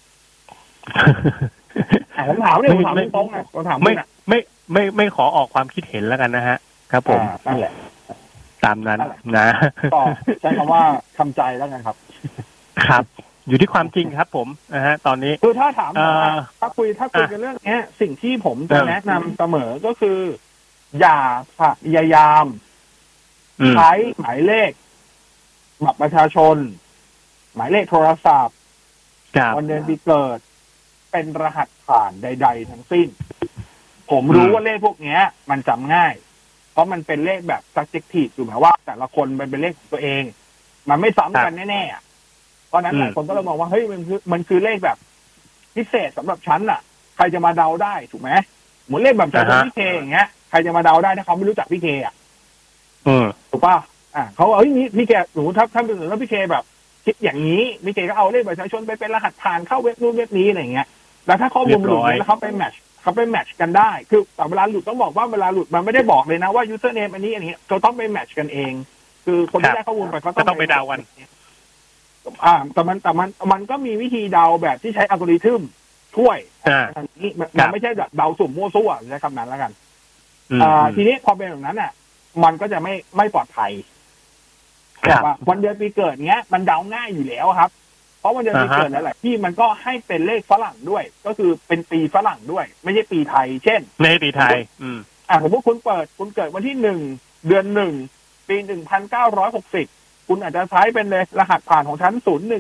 ผมถามเนี่ยผมถามตรงๆผมถามไม่ขอออกความคิดเห็นแล้วกันนะฮะครับผมนั่นแหละตามนั้นนะก็ใช้คำว่าทำใจแล้วกันครับครับอยู่ที่ความจริงครับผมนะฮะตอนนี้คือถ้าถามถ้าคุยกันเรื่องนี้สิ่งที่ผมจะแนะนำเสมอก็คืออย่าพยายามใช้หมายเลขบัตรประชาชนหมายเลขโทรศัพท์วันเดือนปีเกิดเป็นรหัสผ่านใดๆทั้งสิ้นผมรู้ว่าเลขพวกนี้มันจำง่ายเพราะมันเป็นเลขแบบ subjective ถูกไหมว่าแต่ละคนมันเป็นเลขของตัวเองมันไม่ซ้ำกันแน่ๆเพราะนั้นหลายคนก็เลยมองว่าเฮ้ยมันคือเลขแบบพิเศษสำหรับฉันใครจะมาเดาได้ถูกไหมเหมือนเลขแบบจากพี่เคอย่างเงี้ยใครจะมาเดาได้ถ้าเขาไม่รู้จักพี่เคถูกป่ะเขาเอ้ยพี่เคหนูถ้าเป็นถ้าพี่เคแบบคิดอย่างนี้พี่เคก็เอาเลขบัตรประชาชนไปเป็นรหัสผ่านเข้าเว็บนู้นเว็บนี้อะไรอย่างเงี้ยแล้วถ้าข้อมูลหลุดแล้วเขาไปแมทช์กันได้คือแต่เวลาหลุดต้องบอกว่าเวลาหลุดมันไม่ได้บอกเลยนะว่า username อันนี้เราต้องไปแมทช์กันเองคือคนที่ได้ข้อมูลไปเขาต้องไปเดากันแต่มันก็มีวิธีเดาแบบที่ใช้อัลกอริทึมช่วยนี้มันไม่ใช่แบบเดาสุ่มมั่วซั่วใช้คำนั้นแล้วกันทีนี้พอเป็นแบบนั้นมันก็จะไม่ปลอดภัยแบบว่าวันเดือนปีเกิดเงี้ยมันเดาง่ายอยู่แล้วครับเพราะวันเดือนปีเกิดนั่นแหละที่มันก็ให้เป็นเลขฝรั่งด้วยก็คือเป็นปีฝรั่งด้วยไม่ใช่ปีไทยเช่นไม่ใช่ปีไทยสมมติคุณเกิดวันที่1 เดือน 1 ปี 1960คุณอาจจะใช้เป็นเลยรหัสผ่านของชั้น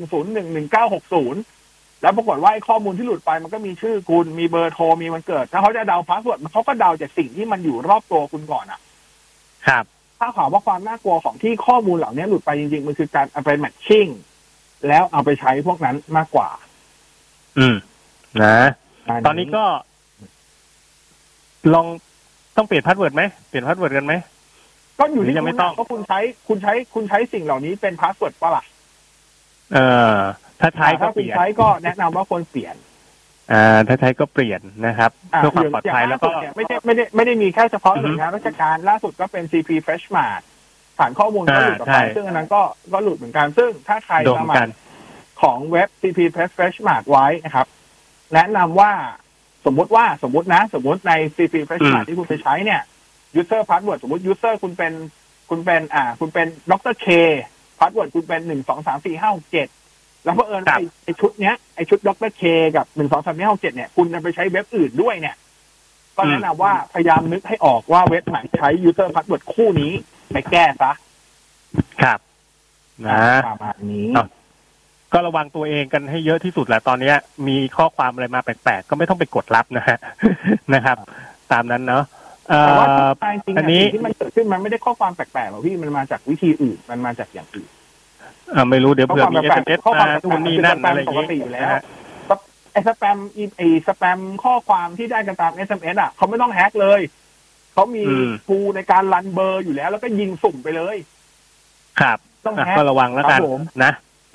01011960แล้วปรากฏว่าไอ้ข้อมูลที่หลุดไปมันก็มีชื่อคุณมีเบอร์โทรมีวันเกิดถ้าเขาจะเดาพาสเวิร์ดเขาก็เดาจากสิ่งที่มันอยู่รอบตัวคุณก่อนครับถ้าถามว่าความน่ากลัวของที่ข้อมูลเหล่านี้หลุดไปจริงๆมันคือการเอาไปแมทชิ่งแล้วเอาไปใช้พวกนั้นมากกว่านะตอนนี้ก็ลองต้องเปลี่ยนพาสเวิร์ดไหมเปลี่ยนพาสเวิร์ดกันไหมก็อยู่ที่ยังไม่ต้องก็คุณใช้สิ่งเหล่านี้เป็นพาสเวิร์ดป่ะล่ะถ้าใช้ก็เปลี่ยนถ้าคุณใช้ก็แนะนำว่าควรเปลี่ยนถ้าใช้ก็เปลี่ยนนะครับเพื่อความปลอดภัยแล้วก็ไม่ได้มีแค่เฉพาะหน่วยงานราชการล่าสุดก็เป็น CP Freshmart ฐานข้อมูลก็หลุดออกไปซึ่งอันนั้นก็หลุดเหมือนกันซึ่งถ้าใครสมัครของเว็บ CP Freshmart ไว้นะครับแนะนำว่าสมมติใน CP Freshmart ที่คุณไปใช้เนี่ย user password สมมติ user คุณเป็นดร. K password คุณเป็น1234567แล้วเผอิญไอชุดเนี้ยไอชุดดร. K กับ1234567เนี่ยคุณจะไปใช้เว็บอื่นด้วยเนี่ยก็แนะนำว่าพยายามนึกให้ออกว่าเว็บไหนใช้ user password คู่นี้ไปแก้ซะครับประมาณนี้ก็ระวังตัวเองกันให้เยอะที่สุดแหละตอนนี้มีข้อความอะไรมาแปลกๆก็ไม่ต้องไปกดรับนะฮะนะครับตามนั้นเนาะแต่ว่าจริงๆที่มันเกิดขึ้นมันไม่ได้ข้อความแปลกๆหรอกพี่มันมาจากวิธีอื่นมันมาจากอย่างอื่นไม่รู้เดี๋ยวเผื่อมี SMS ข้อความนู่นนี่นั่นอะไรอย่างงี้ปกติอยู่แล้วสแปมข้อความที่ได้กันตาม SMS อ่ะเขาไม่ต้องแฮกเลยเขามีปูในการรันเบอร์อยู่แล้วก็ยิงสุ่มไปเลยครับต้องแฮกก็ระวังแล้วกันนะ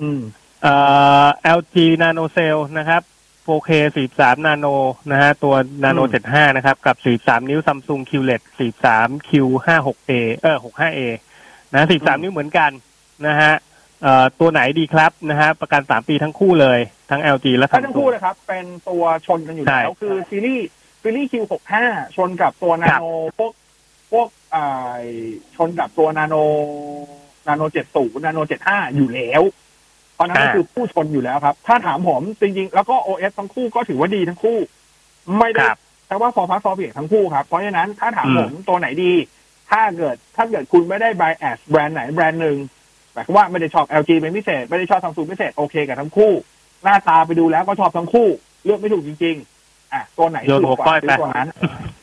LG Nano Cell นะครับ 4K 43 นาโนนะฮะตัว Nano 75นะครับกับ43นิ้ว Samsung QLED 43 Q56A 65A นะ43นิ้วเหมือนกันนะฮะตัวไหนดีครับนะฮะประกัน3ปีทั้งคู่เลยทั้ง LG และ Samsung ทั้งคู่เลยครับเป็นตัวชนกันอยู่แล้วคือซีรีส์ Q65 ชนกับตัว Nano พวกชนกับตัว Nano 70 Nano 75อยู่แล้วเพราะนั้นก็คือผู้ชนอยู่แล้วครับถ้าถามผมจริงๆแล้วก็ OS ทั้งคู่ก็ถือว่าดีทั้งคู่ไม่ได้แต่ว่าพอพักซอฟต์แวร์ทั้งคู่ครับเพราะฉะนั้นถ้าถามผมตัวไหนดีถ้าเกิดคุณไม่ได้ bias แบรนด์ไหนแบรนด์หนึ่งหมายความว่าไม่ได้ชอบ LG เป็นพิเศษไม่ได้ชอบ Samsung พิเศษโอเคกับทั้งคู่หน้าตาไปดูแล้วก็ชอบทั้งคู่เลือกไม่ถูกจริงๆตัวไหนถูกกว่าซื้อตัวนั้น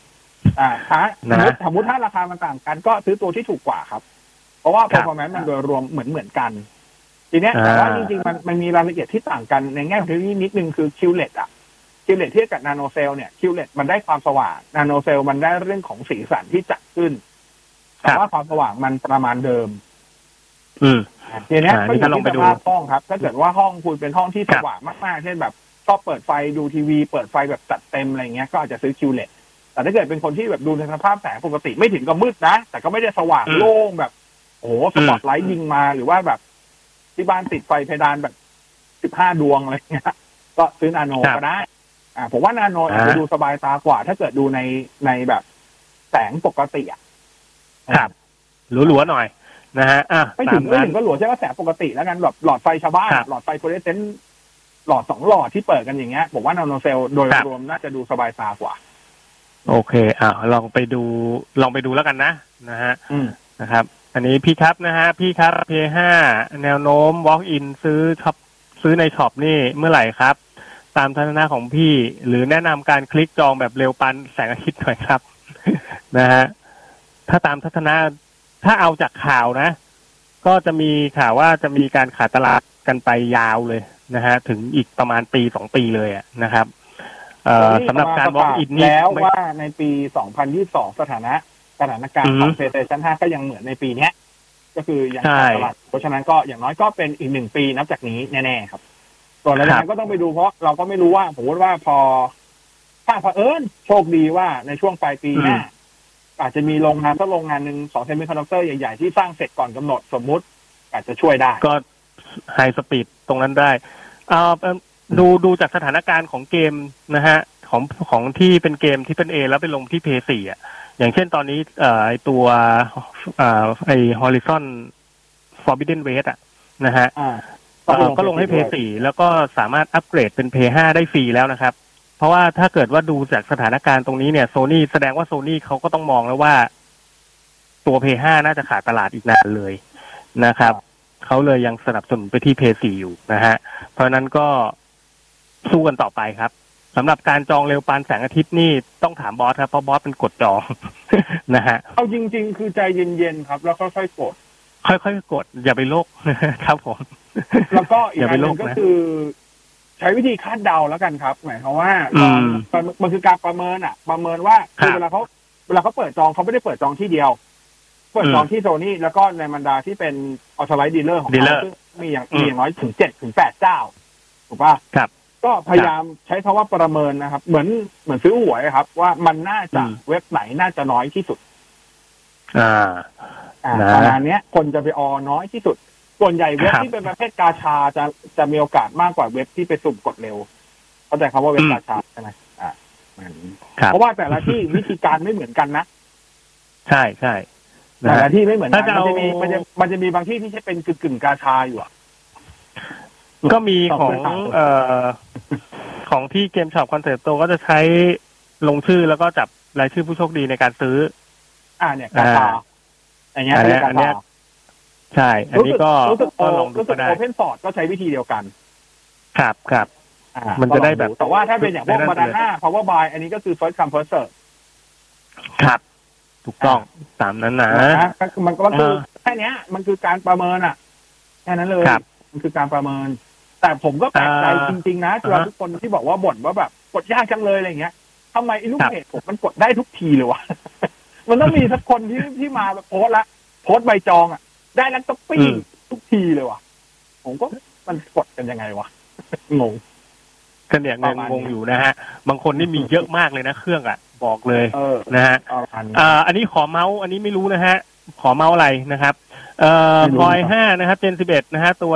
สมมติถ้าราคามันต่างกันก็ซื้อตัวที่ถูกกว่าครับเพราะว่า performance มันโดยรวมเหมือนกันทีเนี้ยแต่ว่าจริงๆมันมีรายละเอียดที่ต่างกันในแง่ของเทคโนโลยีนิดนึงคือ QLED QLED เทียบกับ Nano Cell เนี่ย QLED มันได้ความสว่าง Nano Cell มันได้เรื่องของสีสันที่จัดขึ้นแต่ว่าความสว่างมันประมาณเดิมทีเนี้ยก็อยู่ที่สภาพห้องครับถ้าเกิดว่าห้องคุณเป็นห้องที่สว่างมากๆเช่นแบบชอบเปิดไฟดูทีวีเปิดไฟแบบจัดเต็มอะไรเงี้ยก็อาจจะซื้อ QLED แต่ถ้าเกิดเป็นคนที่แบบดูในสภาพแสงปกติไม่ถึงกับมืดนะแต่ก็ไม่ได้สว่างโล่งแบบโอ้โหสปอตไลท์ยิงมาหรือว่าแบบที่บ้านติดไฟเพดานแบบ15 ดวงอะไรเงี้ยก็ซื้อนาโนก็ได้ผมว่านาโนอาจจะดูสบายตากว่าถ้าเกิดดูในแบบแสงปกติครับหลัวๆหน่อยนะฮะไม่ถึงก็หลัวใช่ว่าแสงปกติแล้วกันแบบหลอดไฟชาวบ้านหลอดไฟโฟลอเรสเซนต์หลอด2 หลอดที่เปิดกันอย่างเงี้ยผมว่านาโนเซลโดยรวมน่าจะดูสบายตากว่าโอเคลองไปดูแล้วกันนะฮะนะครับอันนี้พี่ครับนะฮะพี่ครับ P5 แนวโน้ม walk in ซื้อในช็อปนี่เมื่อไหร่ครับตามทัศนะของพี่หรือแนะนำการคลิกจองแบบเร็วปันแสงอาทิตย์หน่อยครับ นะฮะถ้าตามทัศนะถ้าเอาจากข่าวนะก็จะมีข่าวว่าจะมีการขาดตลาดกันไปยาวเลยนะฮะถึงอีกประมาณปี2 ปีเลยนะครับสำหรับการ walk in นี่แล้วว่าในปี2022สถานการณ์ของ PlayStation 5ก็ยังเหมือนในปีนี้ก็คือยังขาดตลาดเพราะฉะนั้นก็อย่างน้อยก็เป็นอีก1 ปีนับจากนี้แน่ๆครับส่วนอะไรนั้นก็ต้องไปดูเพราะเราก็ไม่รู้ว่าผมว่าพอถ้าเผอิญโชคดีว่าในช่วงปลายปีหน้าอาจจะมีโรงงานหนึ่ง2 Semiconductor ใหญ่ๆที่สร้างเสร็จก่อนกำหนดสมมุติอาจจะช่วยได้ก็ไฮสปีดตรงนั้นได้ดูจากสถานการณ์ของเกมนะฮะของที่เป็นเกมที่เป็น A แล้วไปลงที่ PS4 อย่างเช่นตอนนี้ไอตัวไอ Horizon Forbidden West นะฮะก็ลงให้ PS4 แล้วก็สามารถอัปเกรดเป็น PS5 ได้ฟรีแล้วนะครับเพราะว่าถ้าเกิดว่าดูจากสถานการณ์ตรงนี้เนี่ย Sony แสดงว่า Sony เขาก็ต้องมองแล้วว่าตัว PS5 น่าจะขาดตลาดอีกนานเลยนะครับเขาเลยยังสนับสนุนไปที่ PS4 อยู่นะฮะเพราะนั้นก็สู้กันต่อไปครับสำหรับการจองเร็วปานแสงอาทิตย์นี่ต้องถามบอสครับเพราะบอสเป็นกดจอง นะฮะเอาจริงๆคือใจเย็นๆครับแล้วค่อยๆกดค่อยๆกดอย่าไปโลกครับผมแล้วก็อีกอย่างนึงก็คือใช้วิธีคาดเดาแล้วกันครับหมายความว่ามันคือการประเมินว่าคือเวลาเขาเปิดจองเขาไม่ได้เปิดจองที่เดียวเปิดจองที่โซนี่แล้วก็ในบรรดาที่เป็นออทอไรซ์ดีลเลอร์ของเขาซึ่งมีอย่างน้อยถึง7 ถึง 8 เจ้าถูกป่ะครับก็พยายามใช้คำว่าประเมินนะครับเหมือนซื้อหวยครับว่ามันน่าจะเว็บไหนน่าจะน้อยที่สุดประมาณนี้คนจะไปน้อยที่สุดส่วนใหญ่เว็บที่เป็นประเภทกาชาจะมีโอกาสมากกว่าเว็บที่ไปสุ่มกดเร็วเข้าใจคำว่าเว็บกาชาใช่ไหมเพราะว่าแต่ละที่วิธีการไม่เหมือนกันนะใช่ใช่แต่ละที่ไม่เหมือนกันมันจะมีบางที่ที่ใช้เป็นกึ่งกาชาอยู่ก็มีของที่เกมช็อปคอนเซ็ปต์โตก็จะใช้ลงชื่อแล้วก็จับรายชื่อผู้โชคดีในการซื้อเนี่ยกาชาอย่างเงี้ยอันนี้ใช่อันนี้ก็ลองดูก็ได้ Open Source ก็ใช้วิธีเดียวกันครับมันจะได้แบบแต่ว่าถ้าเป็นอย่างพวก Banana Power Buy อันนี้ก็คือ First Come First Serve ครับถูกต้องตามนั้นนะก็คือมันก็คือแค่นี้มันคือการประเมินอ่ะแค่นั้นเลยมันคือการประเมินแต่ผมก็แปลกใจจริงๆนะเจอทุกคนที่บอกว่าบ่นว่าแบบกดยากจังเลยอะไรเงี้ยทำไมไอ้ลูกเพจผมมันกดได้ทุกทีเลยวะ มันต้องมีสักคนที่มาแบบโพสต์ใบจองอ่ะได้แล้วก็ปี้ทุกทีเลยวะผมก็มันกดกันยังไงวะงงก็เนี่ยงงอยู่นะฮะบางคนนี่มีเยอะมากเลยนะเครื่องอ่ะบอกเลยนะฮะอันนี้ขอเมาส์อันนี้ไม่รู้นะฮะขอเมาส์อะไรนะครับพอย5นะครับเจน11นะฮะตัว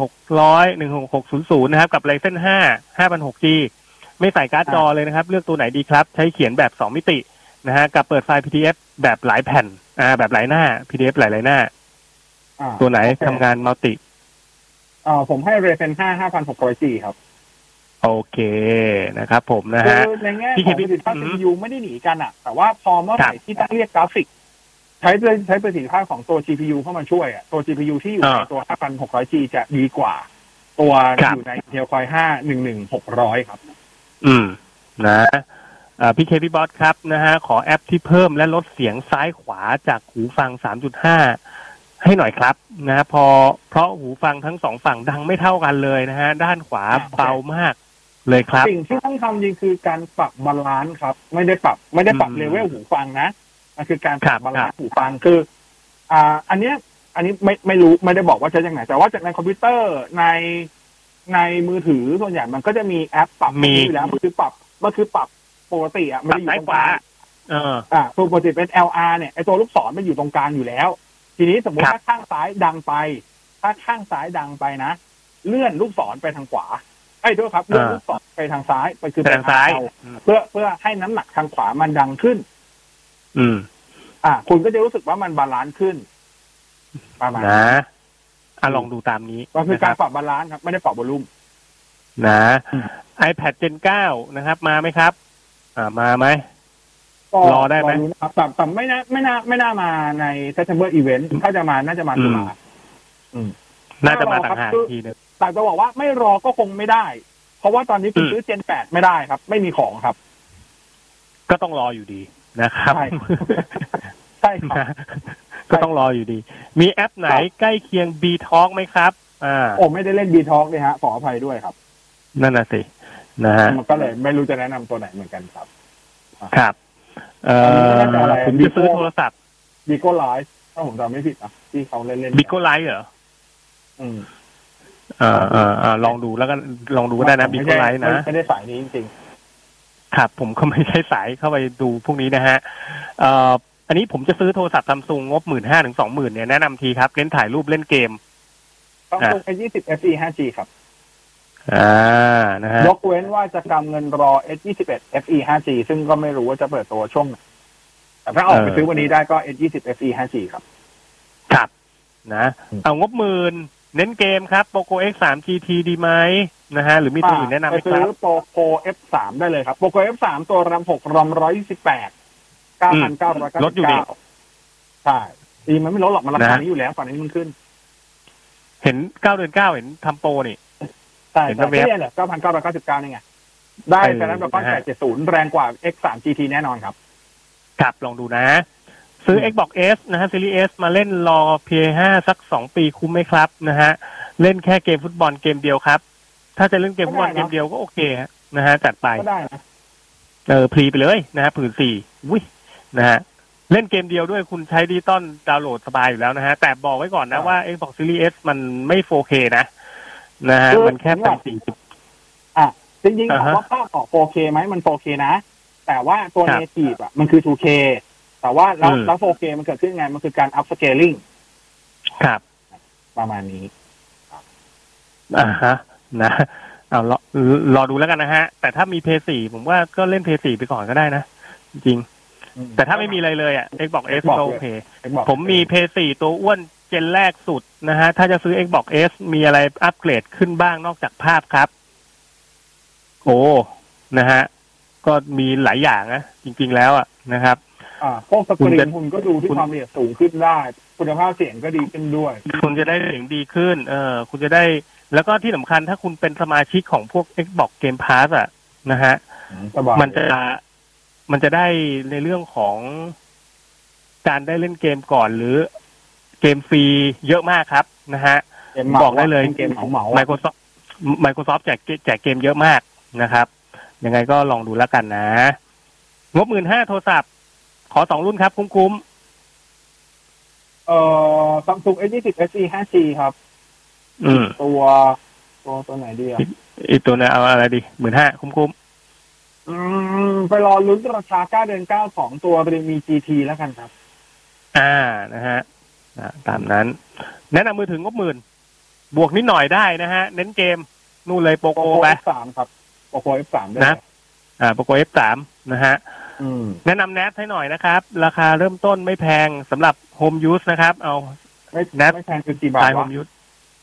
11600 นะครับกับ Ryzen 5 5600G ไม่ใส่การ์ดจอเลยนะครับเลือกตัวไหนดีครับใช้เขียนแบบ2มิตินะฮะกับเปิดไฟล์ PDF แบบหลายแผ่นแบบหลายหน้า PDF หลายหน้าตัวไหนทำงานมัลติผมให้ Ryzen 5 5600G ครับโอเคนะครับผมนะฮะในแง่ของประสิทธิภาพ CPU ไม่ได้หนีกันอ่ะแต่ว่าพอเมื่อไหร่ที่ต้องเรียกกราฟิกใช้ประสิทธิภาพของตัว GPU เข้ามาช่วยอ่ะตัว GPU ที่อยู่ในตัว 5600G จะดีกว่าตัวอยู่ใน Intel Core 5 11600ครับนะพี่เคพี่บอสครับนะฮะขอแอปที่เพิ่มและลดเสียงซ้ายขวาจากหูฟัง 3.5 ให้หน่อยครับนะเพราะหูฟังทั้งสองฝั่งดังไม่เท่ากันเลยนะฮะด้านขวาเบามากเลยครับสิ่งที่ต้องทำจริงคือการปรับบาลานซ์ครับไม่ได้ปรับเลเวลหูฟังนะมันคือการปรับบาลานซ์หูฟังคืออันนี้ไม่รู้ไม่ได้บอกว่าใช้ยังไงแต่ว่าจากในคอมพิวเตอร์ในมือถือส่วนใหญ่มันก็จะมีแอปปรับอยู่แล้วมันคือปรับปกติอ่ะมันอยู่ตรงกลางปกติเป็น LR เนี่ยไอตัวลูกศรมันอยู่ตรงกลางอยู่แล้วทีนี้สมมติถ้าข้างซ้ายดังไปนะเลื่อนลูกศรไปทางขวาด้วยครับเลื่อนลูกศรไปทางซ้ายไปคือไปทางซ้ายเพื่อให้น้ำหนักทางขวามันดังขึ้นคุณก็จะรู้สึกว่ามันบาลานซ์ขึ้นประมาณนะลองดูตามนี้ก็คือการปรับบาลานซ์ครับไม่ได้ปรับวอลลุ่มนะ iPad Gen 9นะครับมาไหมครับมาไหมรอได้ไหมแต่ไม่น่ามาใน September Event ถ้าจะมาน่าจะมาตุลาน่าจะมาต่างหากทีนึงแต่จะบอกว่าไม่รอก็คงไม่ได้เพราะว่าตอนนี้คุณซื้อ Gen 8ไม่ได้ครับไม่มีของครับก็ต้องรออยู่ดีนะครับใช่ครับก็ต้องรออยู่ดีมีแอปไหนใกล้เคียง B-Talk ไหมครับไม่ได้เล่น B-Talk เลยฮะขออภัยด้วยครับนั่นน่ะสินะฮะมันก็เลยไม่รู้จะแนะนำตัวไหนเหมือนกันครับครับผมจะซื้อโทรศัพท์ Bigo Live ถ้าผมจำไม่ผิดนะที่เขาเล่น Bigo Live เหรอลองดูแล้วก็ลองดูก็ได้นะ Bigo Live นะไม่ได้สายนี้จริงๆครับผมก็ไม่ใช่สายเข้าไปดูพวกนี้นะฮะอันนี้ผมจะซื้อโทรศัพท์ Samsung งบ 15,000 ถึง 20,000 เนี่ยแนะนำทีครับเน้นถ่ายรูปเล่นเกม Samsung S20 FE 5G ครับนะฮะยกเว้นว่าจะกำเงินรอ S21 FE 5G ซึ่งก็ไม่รู้ว่าจะเปิดตัวช่วงไหนแต่ถ้าออกไปซื้อวันนี้ได้ก็ S20 FE 5G ครับครับนะเอางบหมื่นเน้นเกมครับ Poco X3 GT ดีไหมนะฮะหรือมีตัวอื่นแนะนำไหมครับซื้อ Poco F3 ได้เลยครับ Poco F3 ตัวRAM 6 RAM 128 9,999 ลดอยู่ดีใช่ดีมันไม่ลดหรอกมันราคานี้อยู่แล้วตอนนี้มันขึ้นเห็น9 เดือน 9เห็นทำโปรนี่ใช่แต่เนี่ย 9,999 นี่ไงได้แต่นั้นแบบ870แรงกว่า X3 GT แน่นอนครับครับลองดูนะซื้อ Xbox S นะฮะ Series S มาเล่นรอ PS5 สัก2 ปีคุ้มไหมครับนะฮะเล่นแค่เกมฟุตบอลเกมเดียวครับถ้าจะเล่นเกมฟุตบอลเกมเดียวก็โอเคนะฮะจัดไปก็ได้นะพรีไปเลยนะฮะ14,000อุ้ยนะฮะเล่นเกมเดียวด้วยคุณใช้ดิจิตอลดาวน์โหลดสบายอยู่แล้วนะฮะแต่บอกไว้ก่อนนะว่า Xbox Series S มันไม่ 4K นะฮะมันแค่เป็น 40จริงๆถามว่าภาพออก 4K ไหมมัน 4K นะแต่ว่าตัว native อ่ะมันคือ 2K แต่ว่าแล้ว 4K มันเกิดขึ้นไงมันคือการ up scaling ครับประมาณนี้ฮะนะเอารอดูแล้วกันนะฮะแต่ถ้ามี PS4 ผมว่าก็เล่น PS4 ไปก่อนก็ได้นะจริงแต่ถ้าไม่มีอะไรเลยอ่ะ Xbox S ก็โอเคผมมี PS4 ตัวอ้วนเจนแรกสุดนะฮะถ้าจะซื้อ Xbox S มีอะไรอัปเกรดขึ้นบ้างนอกจากภาพครับโอ้นะฮะก็มีหลายอย่างนะจริงๆแล้วอ่ะนะครับพวกสกรีนคุณก็ดูที่ความละเอียดสูงขึ้นได้คุณภาพเสียงก็ดีขึ้นด้วยคุณจะได้เสียงดีขึ้นคุณจะได้แล้วก็ที่สำคัญถ้าคุณเป็นสมาชิกของพวก Xbox Game Pass อ่ะนะฮะมันจะได้ในเรื่องของการได้เล่นเกมก่อนหรือเกมฟรีเยอะมากครับนะฮะบอกได้เลยเกมเหมา Microsoft แจกเกมเยอะมากนะครับยังไงก็ลองดูแล้วกันนะงบ 15,000 โทรศัพท์ขอ2รุ่นครับคุ้ม Samsung S20 SE 5G ครับตัวไหนดีอ่ะอีกตัวเนี่ยเอาอะไรดี 15,000 คุ้มไปรอลุ้นราคา9 เดือน 9ของตัว Realme GT แล้วกันครับนะฮะตามนั้นแนะนำมือถืองบ 10,000 บวกนิดหน่อยได้นะฮะเน้นเกมนู่นเลยโปโกไป F3 ครับโปโก F3 ได้นะโปโก F3 นะฮะแนะนำแนทให้หน่อยนะครับราคาเริ่มต้นไม่แพงสำหรับ Home Use นะครับเอาแนทไม่แพงคือกี่บาทวะ Home Use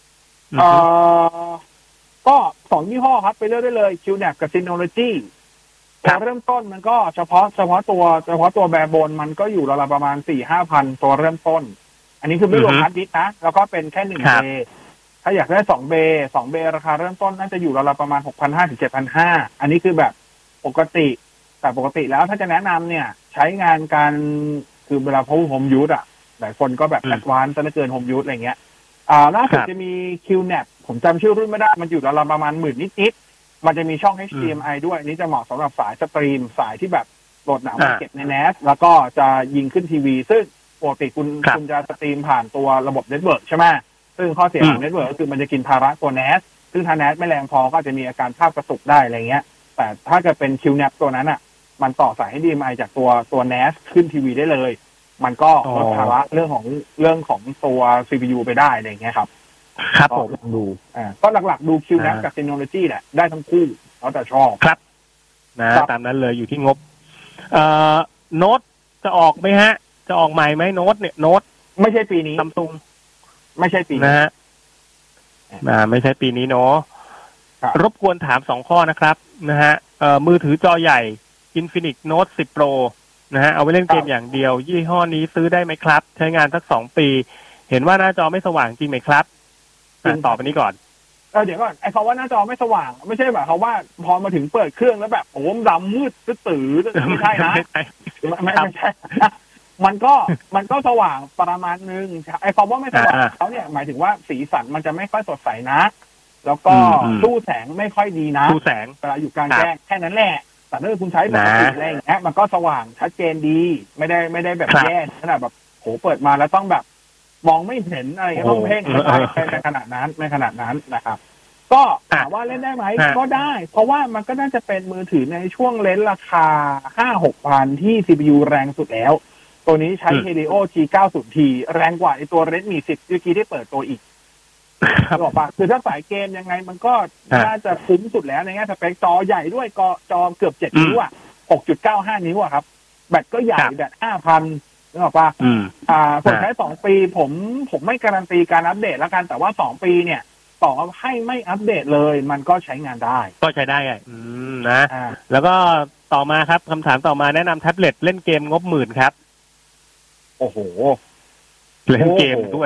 ก็2ยี่ห้อครับไปเลือกได้เลย QNAP กับ Synology ตัวเริ่มต้นมันก็เฉพาะตัวแบร์โบนมันก็อยู่ราวๆประมาณ 4-5,000 ตัวเริ่มต้นอันนี้คือไม่รวมฮาร์ดดิสก์นะแล้วก็เป็นแค่1เบถ้าอยากได้2เบราคาเริ่มต้นน่าจะอยู่ราวๆประมาณ 6,500 ถึง 7,500 อันนี้คือแบบปกติแต่ปกติแล้วถ้าจะแนะนำเนี่ยใช้งานการคือเวลาพก Home Use หลายคนก็แบบแอดวานซ์ซะเหลือเกิน Home Use อะไรเงี้ยล่าสุดจะมี QNAP ผมจำชื่อรุ่นไม่ได้มันอยู่ราวๆประมาณ10,000นิดๆมันจะมีช่อง HDMI ด้วยอันนี้จะเหมาะสำหรับสายสตรีมสายที่แบบโหลดหนังมาเก็บใน NAS แล้วก็จะยิงขึ้นทีวีซึ่งปกติคุณจะสตรีมผ่านตัวระบบเน็ตเวิร์กใช่ไหมซึ่งข้อเสียของเน็ตเวิร์กก็คือมันจะกินภาระตัว NAS ซึ่งถ้า NAS ไม่แรงพอก็จะมีอาการภาพกระตุกได้อะไรเงี้ยแต่ถ้าจะเป็น QNAP ตัวนั้นอ่ะมันต่อสาย HDMI จากตัว NAS ขึ้นทีวีได้เลยมันก็ลดภาระเรื่องของตัว CPU ไปได้อะไรเงี้ยครับครับผมลองดูก็หลักๆดู QNAP กับ Synology แหละได้ทั้งคู่แล้วแต่ชอบครับนะตามนั้นเลยอยู่ที่งบโน้ตจะออกไหมฮะจะออกใหม่ไหมโน้ตเนี่ยโน้ตไม่ใช่ปีนี้ Samsung ไม่ใช่ปีนะฮะไม่ใช่ปีนี้เนาะรบกวนถาม2ข้อนะครับนะฮะมือถือจอใหญ่ Infinix Note 10 Pro นะฮะเอาไว้เล่นเกมอย่างเดียวยี่ห้อนี้ซื้อได้ไหมครับใช้งานสัก2 ปีเห็นว่าหน้าจอไม่สว่างจริงไหมครับตอบไปนี้ก่อนเดี๋ยวก่อนไอ้คำว่าหน้าจอไม่สว่างไม่ใช่แบบเขาว่าพอมาถึงเปิดเครื่องแล้วแบบโอ้ดำมืดตื้อไม่ใช่นะไม่ใช่มันก็สว่างประมาณนึงไอ้คำว่าไม่สว่างเขาเนี่ยหมายถึงว่าสีสันมันจะไม่ค่อยสดใสนะแล้วก็สู้แสงไม่ค่อยดีนะสู้แสงเวลาอยู่กลางแจ้งแค่นั้นแหละแต่ถ้าคุณใช้ปกติอะไรอย่างเงี้ยมันก็สว่างชัดเจนดีไม่ได้แบบแย่ขนาดแบบโหเปิดมาแล้วต้องแบบมองไม่เห็นอะไรต้องเพ่งไม่ขนาดนั้นนะครับก็ถามว่าเล่นได้ไหมก็ได้เพราะว่ามันก็น่าจะเป็นมือถือในช่วงเลนส์ราคา 5-6 พันที่ CPU แรงสุดแล้วตัวนี้ใช้ Helio G90T แรงกว่าไอตัว Redmi 10เมื่อกี้ที่เปิดตัวอีกบอกป่ะคือถ้าสายเกมยังไงมันก็น่าจะคุ้มสุดแล้วในแง่สเปคจอใหญ่ด้วยก็จอเกือบ7 นิ้ว6.95 นิ้วครับแบตก็ใหญ่แบต 5,000 นึกออกป่ะส่วนใช้2 ปีผมไม่การันตีการอัปเดตแล้วกันแต่ว่า2 ปีเนี่ยต่อให้ไม่อัปเดตเลยมันก็ใช้งานได้ก็ใช้ได้ไงนะแล้วก็ต่อมาครับคำถามต่อมาแนะนำแท็บเล็ตเล่นเกมงบ 10,000 ครับโอ้โหเล่นเกมด้วย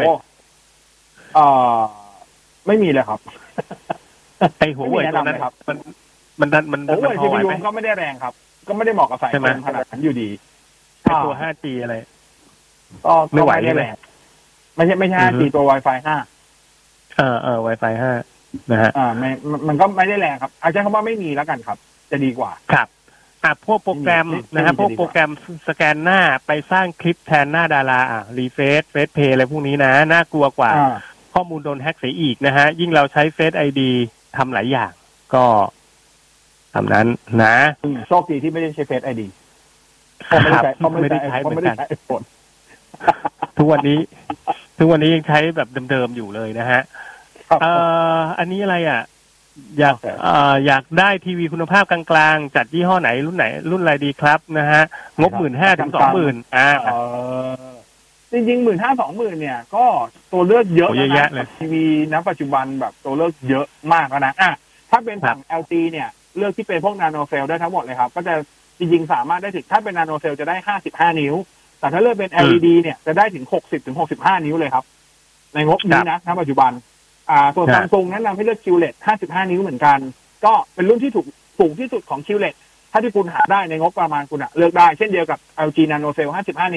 ไม่มีเลยครับไอหัวเว่ยตัวนั้นครับมันหัวเว่ย CPU ก็ไม่ได้แรงครับก็ไม่ได้เหมาะกับสายเกมขนาดนั้นอยู่ดีไอตัว 5G อะไรก็ไม่ไหวแรงไม่ใช่ 5G ตัว Wi-Fi 5 Wi-Fi 5นะฮะมันก็ไม่ได้แรงครับอาจจะคำว่าไม่มีแล้วกันครับจะดีกว่าครับพวกโปรแกรมนะครับพวกโปรแกรมสแกนหน้าไปสร้างคลิปแทนหน้าดารารีเฟซเพย์อะไรพวกนี้นะน่ากลัวกว่าข้อมูลโดนแฮ็กเสียอีกนะฮะยิ่งเราใช้เฟซไอดีทำหลายอย่างก็ทำนั้นนะโชคดีที่ไม่ได้ใช้เฟซไอดีเขาไม่ได้ใช้เหมือนกันทุกวันนี้ยังใช้แบบเดิมๆอยู่เลยนะฮะอันนี้อะไรอยากได้ทีวีคุณภาพกลางๆจัดยี่ห้อไหนรุ่นอะไรดีครับนะฮะงบ 15,000 ถึง 20,000 จริงๆ 15,000-20,000 เนี่ยก็ตัวเลือกเยอะนะทีวีณปัจจุบันแบบตัวเลือกเยอะมากแล้วนะถ้าเป็นฝั่ง LG เนี่ยเลือกที่เป็นพวกนาโนเซลได้ทั้งหมดเลยครับก็จะจริงๆสามารถได้ถึงถ้าเป็นนาโนเซลจะได้55 นิ้วแต่ถ้าเลือกเป็น LED เนี่ยจะได้ถึง60 ถึง 65 นิ้วเลยครับในงบนี้นะณปัจจุบันส่วน Samsung แนะนำให้เลือก QLED 55 นิ้วเหมือนกันก็เป็นรุ่นที่สูงที่สุดของ QLED ถ้าที่คุณหาได้ในงบประมาณคุณเลือกได้เช่นเดียวกับ LG Nano Cell 55 นิ้ว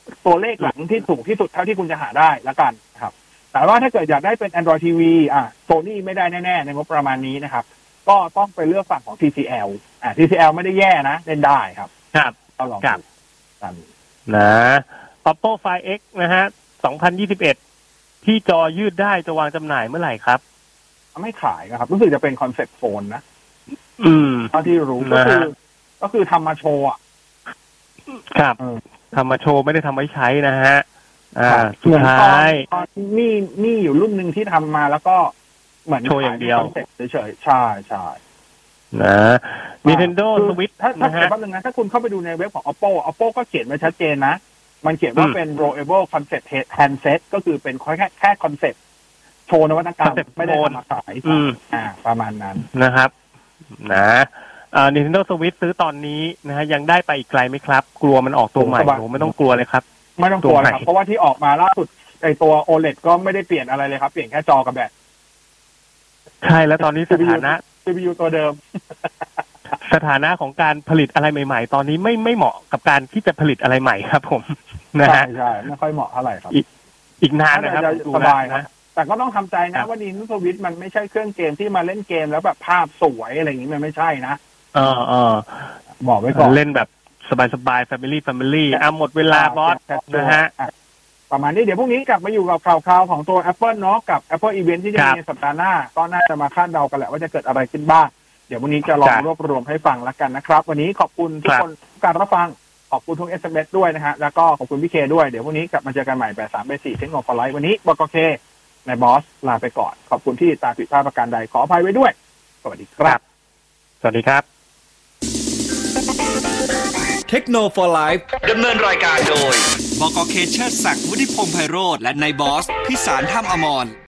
ตัวเลขหลังที่ถูกที่สุดเท่าที่คุณจะหาได้ละกันครับแต่ว่าถ้าเกิดอยากได้เป็น Android TV Sony ไม่ได้แน่ๆในงบประมาณนี้นะครับก็ต้องไปเลือกฝั่งของ TCL TCL ไม่ได้แย่นะเล่นได้ครับครับก็ลองครับนะ Oppo Find X นะฮะ2021ที่จอยืดได้จะวางจำหน่ายเมื่อไหร่ครับไม่ขายนะครับรู้สึกจะเป็นคอนเซ็ปต์โฟนนะเท่าที่รู้ก็คือทำมาโชว์ครับทำมาโชว์ไม่ได้ทำไว้ใช้นะฮะสุดท้ายนี่อยู่รุ่นหนึ่งที่ทำมาแล้วก็เหมือนโชว์อย่างเดียวเฉยๆใช่นะ Nintendo Switch ถ้าแป๊บนึงนะถ้าคุณเข้าไปดูในเว็บของ Oppo ก็เขียนไว้ชัดเจนนะมันเขียนว่าเป็น rollable concept handset ก็คือเป็นแค่คอนเซ็ปต์โชว์นวัตกรรมไม่ได้ทำมาขายประมาณนั้นนะครับนะNintendo Switch ซื้อตอนนี้นะฮะยังได้ไปอีกไกลไหมครับกลัวมันออกตัวใหม่ผมไม่ต้องกลัวเลยครับไม่ต้องกลัวครับเพราะว่าที่ออกมาล่าสุดไอตัว OLED ก็ไม่ได้เปลี่ยนอะไรเลยครับเปลี่ยนแค่จอกับแบตใช่แล้วตอนนี้สถานะ CPU ตัวเดิมสถานะของการผลิตอะไรใหม่ๆตอนนี้ไม่เหมาะกับการที่จะผลิตอะไรใหม่ครับผมนะฮะใช่ไม่ค่อยเหมาะเท่าไหร่ครับอีกนานนะครับสบายนะแต่ก็ต้องทำใจนะว่าNintendo Switchมันไม่ใช่เครื่องเกมที่มาเล่นเกมแล้วแบบภาพสวยอะไรอย่างนี้มันไม่ใช่นะบอกไว้ก่อนเล่นแบบสบายๆ family หมดเวลาบอสนะฮะประมาณนี้เดี๋ยวพรุ่งนี้กลับมาอยู่กับข่าวของตัว Apple เนาะกับ Apple Event ที่จะมีในสัปดาห์หน้าก็น่าจะมาคาดเดากันแหละว่าจะเกิดอะไรขึ้นบ้างเดี๋ยววันนี้จะลองรวบรวมให้ฟังแล้วกันนะครับวันนี้ขอบคุณทุกคนการรับฟังขอบคุณทุก SMS ด้วยนะฮะแล้วก็ขอบคุณพี่เคด้วยเดี๋ยวพรุ่งนี้กลับมาเจอกันใหม่8-3-4เทคโนโลยีไลฟ์วันนี้บกเคในบอสลาไปก่อนขอบคุณที่ตามผิดพลาดประการใดขออภัยไว้ด้วยสวัสดีครับสวัสดีครับเทคโนโลยีไลฟ์ดำเนินรายการโดยบกเคเชอร์ศักดิ์วุฒิพงษ์ไพโรจน์และนายบอสพิสารถ้ำอมร